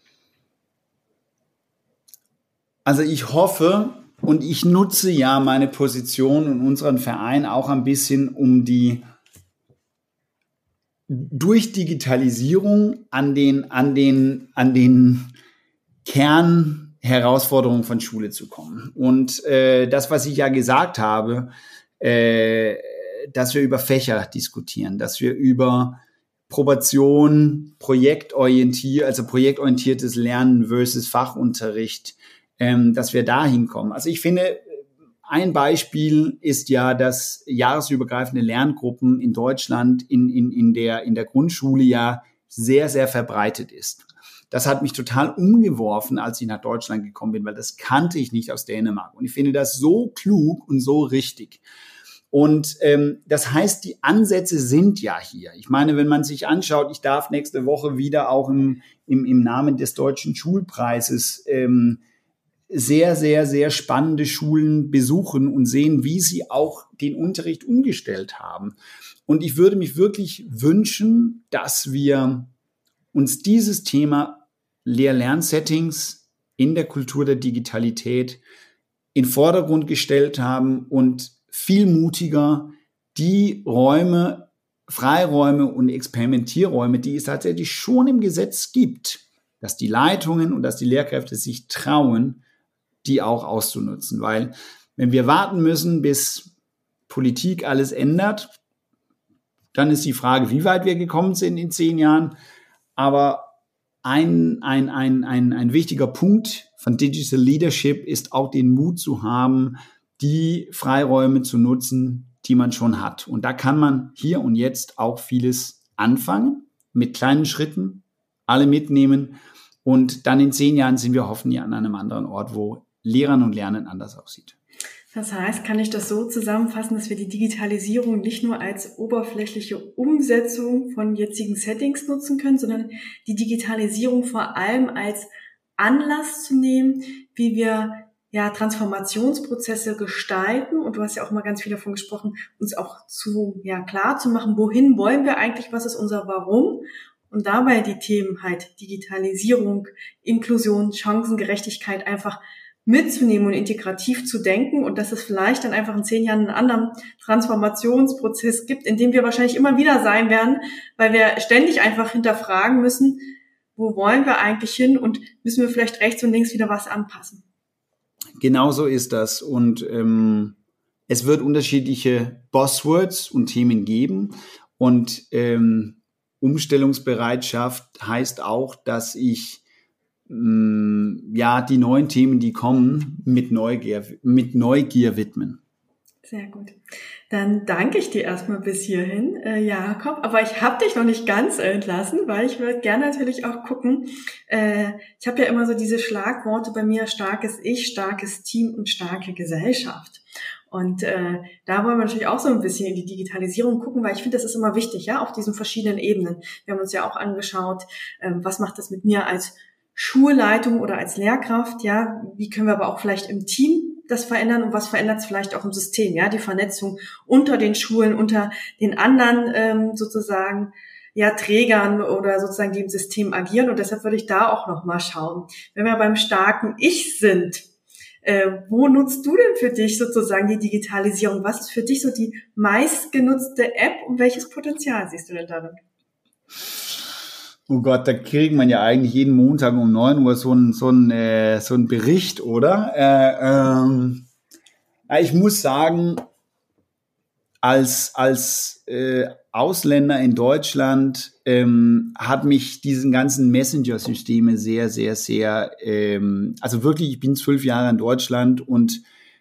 Also ich hoffe und ich nutze ja meine Position und unseren Verein auch ein bisschen, um durch Digitalisierung an den Kernherausforderungen von Schule zu kommen. Und das, was ich ja gesagt habe, dass wir über Fächer diskutieren, dass wir über Probation, projektorientiertes Lernen versus Fachunterricht, dass wir da hinkommen. Also ich finde, ein Beispiel ist ja, dass jahresübergreifende Lerngruppen in Deutschland in der Grundschule ja sehr, sehr verbreitet ist. Das hat mich total umgeworfen, als ich nach Deutschland gekommen bin, weil das kannte ich nicht aus Dänemark. Und ich finde das so klug und so richtig. Und das heißt, die Ansätze sind ja hier. Ich meine, wenn man sich anschaut, ich darf nächste Woche wieder auch im Namen des Deutschen Schulpreises sehr, sehr, sehr spannende Schulen besuchen und sehen, wie sie auch den Unterricht umgestellt haben. Und ich würde mich wirklich wünschen, dass wir uns dieses Thema Lehr-Lern-Settings in der Kultur der Digitalität in den Vordergrund gestellt haben und viel mutiger die Räume, Freiräume und Experimentierräume, die es tatsächlich schon im Gesetz gibt, dass die Leitungen und dass die Lehrkräfte sich trauen, die auch auszunutzen. Weil wenn wir warten müssen, bis Politik alles ändert, dann ist die Frage, wie weit wir gekommen sind in 10 Jahren. Aber ein wichtiger Punkt von Digital Leadership ist auch den Mut zu haben, die Freiräume zu nutzen, die man schon hat. Und da kann man hier und jetzt auch vieles anfangen, mit kleinen Schritten, alle mitnehmen. Und dann in 10 Jahren sind wir hoffentlich an einem anderen Ort, wo Lehren und Lernen anders aussieht. Das heißt, kann ich das so zusammenfassen, dass wir die Digitalisierung nicht nur als oberflächliche Umsetzung von jetzigen Settings nutzen können, sondern die Digitalisierung vor allem als Anlass zu nehmen, wie wir Transformationsprozesse gestalten. Und du hast ja auch mal ganz viel davon gesprochen, uns auch klar zu machen, wohin wollen wir eigentlich, was ist unser Warum? Und dabei die Themen halt Digitalisierung, Inklusion, Chancengerechtigkeit einfach mitzunehmen und integrativ zu denken und dass es vielleicht dann einfach in 10 Jahren einen anderen Transformationsprozess gibt, in dem wir wahrscheinlich immer wieder sein werden, weil wir ständig einfach hinterfragen müssen, wo wollen wir eigentlich hin und müssen wir vielleicht rechts und links wieder was anpassen. Genau so ist das und es wird unterschiedliche Buzzwords und Themen geben und Umstellungsbereitschaft heißt auch, dass ich die neuen Themen, die kommen, mit Neugier widmen. Sehr gut. Dann danke ich dir erstmal bis hierhin, Jakob. Aber ich habe dich noch nicht ganz entlassen, weil ich würde gerne natürlich auch gucken. Ich habe ja immer so diese Schlagworte bei mir: starkes Ich, starkes Team und starke Gesellschaft. Und da wollen wir natürlich auch so ein bisschen in die Digitalisierung gucken, weil ich finde, das ist immer wichtig, ja, auf diesen verschiedenen Ebenen. Wir haben uns ja auch angeschaut, was macht das mit mir als Schulleitung oder als Lehrkraft, ja, wie können wir aber auch vielleicht im Team das verändern und was verändert es vielleicht auch im System, ja, die Vernetzung unter den Schulen, unter den anderen sozusagen Trägern oder sozusagen die im System agieren. Und deshalb würde ich da auch nochmal schauen. Wenn wir beim starken Ich sind, wo nutzt du denn für dich sozusagen die Digitalisierung? Was ist für dich so die meistgenutzte App und welches Potenzial siehst du denn darin? Oh Gott, da kriegt man ja eigentlich jeden Montag um 9 Uhr so einen Bericht, oder? Ich muss sagen, als Ausländer in Deutschland hat mich diesen ganzen Messenger-Systeme sehr, sehr, sehr, also wirklich, ich bin 12 Jahre in Deutschland und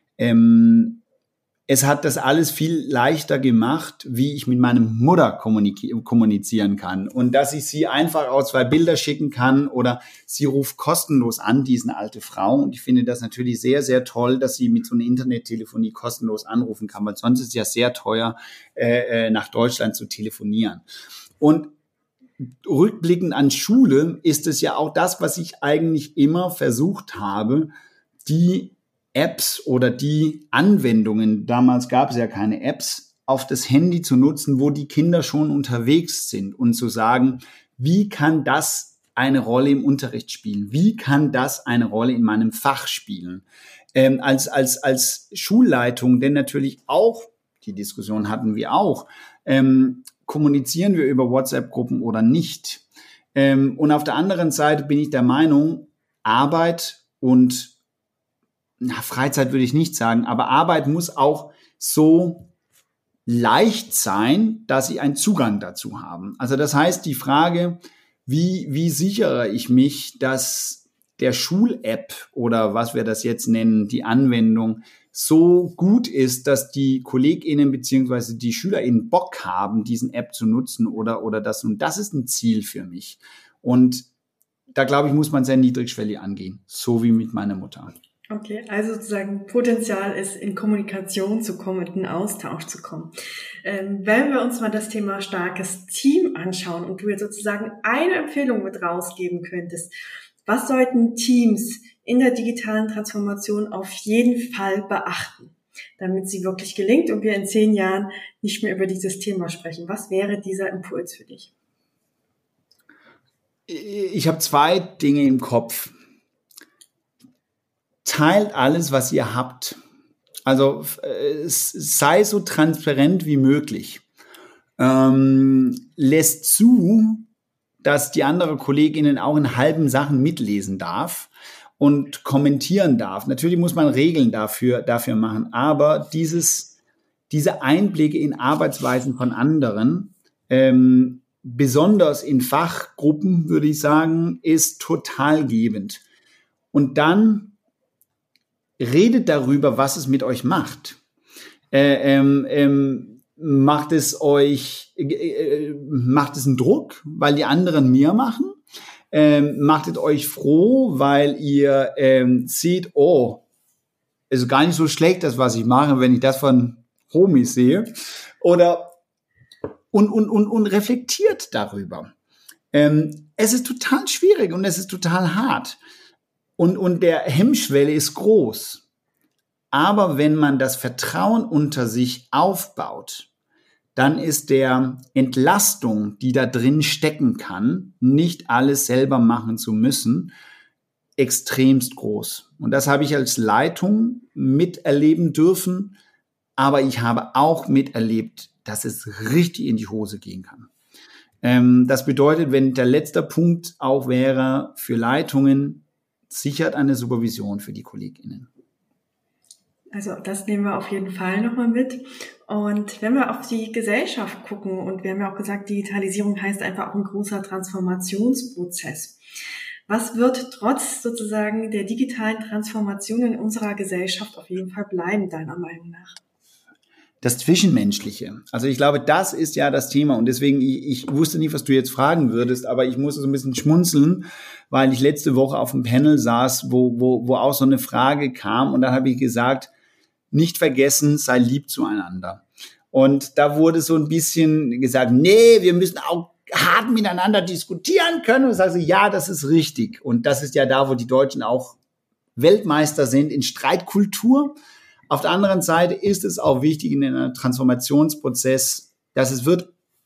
es hat das alles viel leichter gemacht, wie ich mit meiner Mutter kommunizieren kann. Und dass ich sie einfach auch 2 Bilder schicken kann oder sie ruft kostenlos an, diese alte Frau. Und ich finde das natürlich sehr, sehr toll, dass sie mit so einer Internettelefonie kostenlos anrufen kann, weil sonst ist es ja sehr teuer, nach Deutschland zu telefonieren. Und rückblickend an Schule ist es ja auch das, was ich eigentlich immer versucht habe, die Apps oder die Anwendungen, damals gab es ja keine Apps, auf das Handy zu nutzen, wo die Kinder schon unterwegs sind und zu sagen, wie kann das eine Rolle im Unterricht spielen? Wie kann das eine Rolle in meinem Fach spielen? Als Schulleitung, denn natürlich auch, die Diskussion hatten wir auch, kommunizieren wir über WhatsApp-Gruppen oder nicht? Und auf der anderen Seite bin ich der Meinung, Arbeit und Freizeit würde ich nicht sagen, aber Arbeit muss auch so leicht sein, dass sie einen Zugang dazu haben. Also das heißt, die Frage, wie sichere ich mich, dass der Schul-App oder was wir das jetzt nennen, die Anwendung, so gut ist, dass die KollegInnen bzw. die SchülerInnen Bock haben, diesen App zu nutzen oder das. Und das ist ein Ziel für mich. Und da, glaube ich, muss man sehr niedrigschwellig angehen, so wie mit meiner Mutter. Okay, also sozusagen Potenzial ist, in Kommunikation zu kommen, in Austausch zu kommen. Wenn wir uns mal das Thema starkes Team anschauen und du jetzt sozusagen eine Empfehlung mit rausgeben könntest, was sollten Teams in der digitalen Transformation auf jeden Fall beachten, damit sie wirklich gelingt und wir in 10 Jahren nicht mehr über dieses Thema sprechen? Was wäre dieser Impuls für dich? Ich habe 2 Dinge im Kopf. Teilt alles, was ihr habt. Also sei so transparent wie möglich. Lässt zu, dass die andere Kolleginnen auch in halben Sachen mitlesen darf und kommentieren darf. Natürlich muss man Regeln dafür machen, aber diese Einblicke in Arbeitsweisen von anderen, besonders in Fachgruppen, würde ich sagen, ist total gebend. Und dann redet darüber, was es mit euch macht. Macht es einen Druck, weil die anderen mehr machen? Macht es euch froh, weil ihr seht, oh, ist gar nicht so schlecht, das, was ich mache, wenn ich das von Homies sehe? Oder und reflektiert darüber. Es ist total schwierig und es ist total hart. Und der Hemmschwelle ist groß. Aber wenn man das Vertrauen unter sich aufbaut, dann ist der Entlastung, die da drin stecken kann, nicht alles selber machen zu müssen, extremst groß. Und das habe ich als Leitung miterleben dürfen. Aber ich habe auch miterlebt, dass es richtig in die Hose gehen kann. Das bedeutet, wenn der letzte Punkt auch wäre für Leitungen, sichert eine Supervision für die KollegInnen. Also das nehmen wir auf jeden Fall nochmal mit. Und wenn wir auf die Gesellschaft gucken, und wir haben ja auch gesagt, Digitalisierung heißt einfach auch ein großer Transformationsprozess. Was wird trotz sozusagen der digitalen Transformation in unserer Gesellschaft auf jeden Fall bleiben, deiner Meinung nach? Das Zwischenmenschliche. Also ich glaube, das ist ja das Thema. Und deswegen, ich wusste nicht, was du jetzt fragen würdest, aber ich musste so ein bisschen schmunzeln, weil ich letzte Woche auf einem Panel saß, wo auch so eine Frage kam. Und dann habe ich gesagt, nicht vergessen, sei lieb zueinander. Und da wurde so ein bisschen gesagt, nee, wir müssen auch hart miteinander diskutieren können. Und ich sage, ja, das ist richtig. Und das ist ja da, wo die Deutschen auch Weltmeister sind in Streitkultur. Auf der anderen Seite ist es auch wichtig in einem Transformationsprozess, dass es wird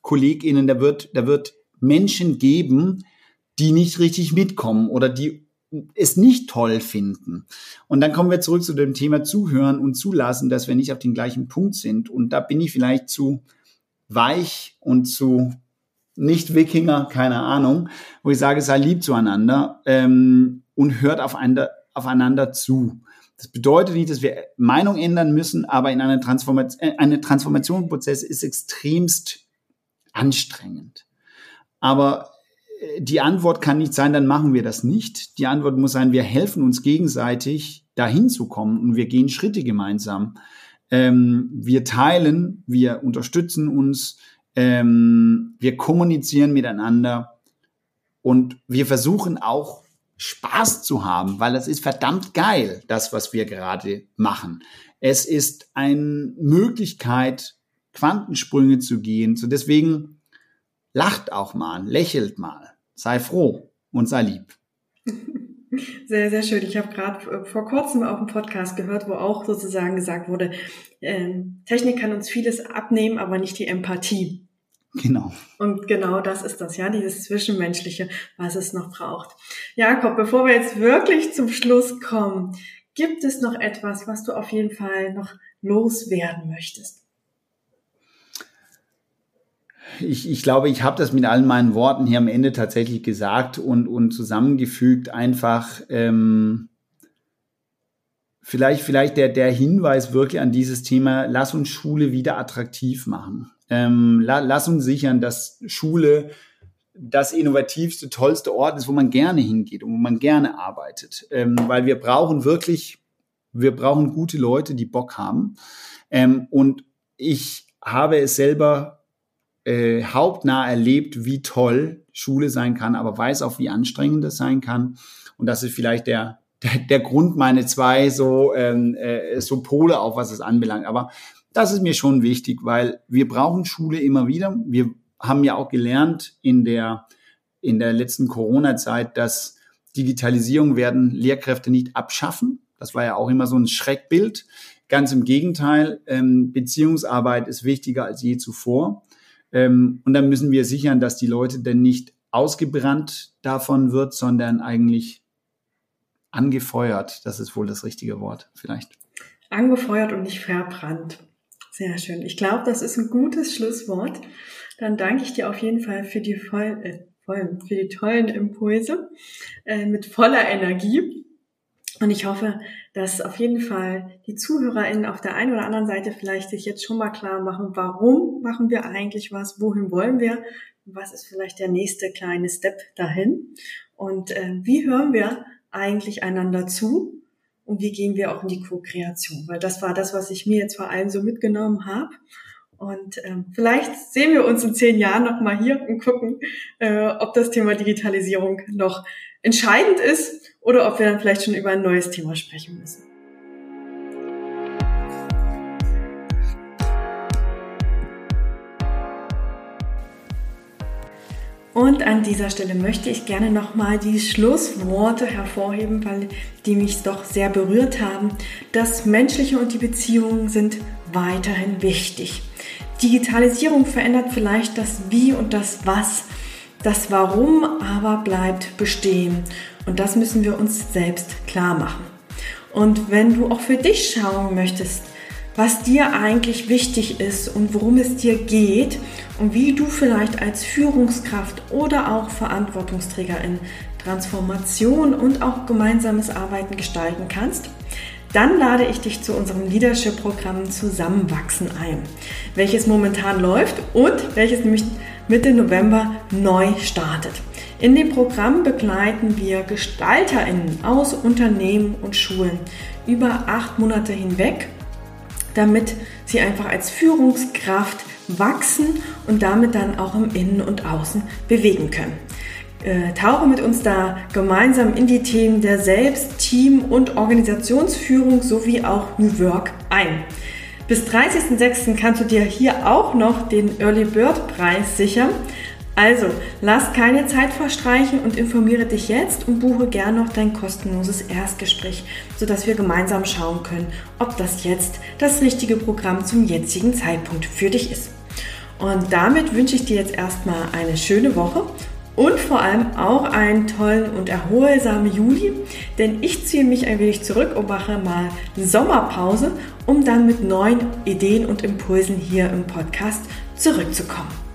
KollegInnen, da wird Menschen geben, die nicht richtig mitkommen oder die es nicht toll finden. Und dann kommen wir zurück zu dem Thema Zuhören und Zulassen, dass wir nicht auf den gleichen Punkt sind. Und da bin ich vielleicht zu weich und zu nicht Wikinger, keine Ahnung, wo ich sage, sei lieb zueinander und hört aufeinander zu. Das bedeutet nicht, dass wir Meinung ändern müssen, aber in einer Transformationsprozess ist extremst anstrengend. Aber die Antwort kann nicht sein, dann machen wir das nicht. Die Antwort muss sein, wir helfen uns gegenseitig, dahin zu kommen und wir gehen Schritte gemeinsam. Wir teilen, wir unterstützen uns, wir kommunizieren miteinander und wir versuchen auch Spaß zu haben, weil das ist verdammt geil, das, was wir gerade machen. Es ist eine Möglichkeit, Quantensprünge zu gehen. So deswegen lacht auch mal, lächelt mal, sei froh und sei lieb. Sehr, sehr schön. Ich habe gerade vor kurzem auch einen Podcast gehört, wo auch sozusagen gesagt wurde, Technik kann uns vieles abnehmen, aber nicht die Empathie. Genau. Und genau das ist das, ja, dieses Zwischenmenschliche, was es noch braucht. Jakob, bevor wir jetzt wirklich zum Schluss kommen, gibt es noch etwas, was du auf jeden Fall noch loswerden möchtest? Ich glaube, ich habe das mit allen meinen Worten hier am Ende tatsächlich gesagt und zusammengefügt. Einfach vielleicht der Hinweis wirklich an dieses Thema, lass uns Schule wieder attraktiv machen. Lass uns sichern, dass Schule das innovativste, tollste Ort ist, wo man gerne hingeht und wo man gerne arbeitet. Weil wir brauchen gute Leute, die Bock haben. Und ich habe es selber hauptnah erlebt, wie toll Schule sein kann, aber weiß auch, wie anstrengend das sein kann. Und das ist vielleicht der Grund, meine zwei so Pole auf, was es anbelangt. Aber das ist mir schon wichtig, weil wir brauchen Schule immer wieder. Wir haben ja auch gelernt in der letzten Corona-Zeit, dass Digitalisierung werden Lehrkräfte nicht abschaffen. Das war ja auch immer so ein Schreckbild. Ganz im Gegenteil, Beziehungsarbeit ist wichtiger als je zuvor. Und dann müssen wir sichern, dass die Leute denn nicht ausgebrannt davon wird, sondern eigentlich angefeuert. Das ist wohl das richtige Wort, vielleicht. Angefeuert und nicht verbrannt. Sehr schön. Ich glaube, das ist ein gutes Schlusswort. Dann danke ich dir auf jeden Fall für die tollen Impulse mit voller Energie. Und ich hoffe, dass auf jeden Fall die ZuhörerInnen auf der einen oder anderen Seite vielleicht sich jetzt schon mal klar machen, warum machen wir eigentlich was, wohin wollen wir, was ist vielleicht der nächste kleine Step dahin und wie hören wir eigentlich einander zu und wie gehen wir auch in die Co-Kreation, weil das war das, was ich mir jetzt vor allem so mitgenommen habe. Und vielleicht sehen wir uns in 10 Jahren noch mal hier und gucken, ob das Thema Digitalisierung noch entscheidend ist oder ob wir dann vielleicht schon über ein neues Thema sprechen müssen. Und an dieser Stelle möchte ich gerne nochmal die Schlussworte hervorheben, weil die mich doch sehr berührt haben. Das Menschliche und die Beziehungen sind weiterhin wichtig. Digitalisierung verändert vielleicht das Wie und das Was. Das Warum aber bleibt bestehen. Und das müssen wir uns selbst klar machen. Und wenn du auch für dich schauen möchtest, was dir eigentlich wichtig ist und worum es dir geht und wie du vielleicht als Führungskraft oder auch Verantwortungsträgerin Transformation und auch gemeinsames Arbeiten gestalten kannst, dann lade ich dich zu unserem Leadership-Programm Zusammenwachsen ein, welches momentan läuft und welches nämlich Mitte November neu startet. In dem Programm begleiten wir GestalterInnen aus Unternehmen und Schulen über 8 Monate hinweg, damit sie einfach als Führungskraft wachsen und damit dann auch im Innen und Außen bewegen können. Tauche mit uns da gemeinsam in die Themen der Selbst-, Team- und Organisationsführung sowie auch New Work ein. Bis 30.06. kannst du dir hier auch noch den Early Bird Preis sichern. Also, lass keine Zeit verstreichen und informiere dich jetzt und buche gerne noch dein kostenloses Erstgespräch, sodass wir gemeinsam schauen können, ob das jetzt das richtige Programm zum jetzigen Zeitpunkt für dich ist. Und damit wünsche ich dir jetzt erstmal eine schöne Woche und vor allem auch einen tollen und erholsamen Juli, denn ich ziehe mich ein wenig zurück und mache mal Sommerpause, um dann mit neuen Ideen und Impulsen hier im Podcast zurückzukommen.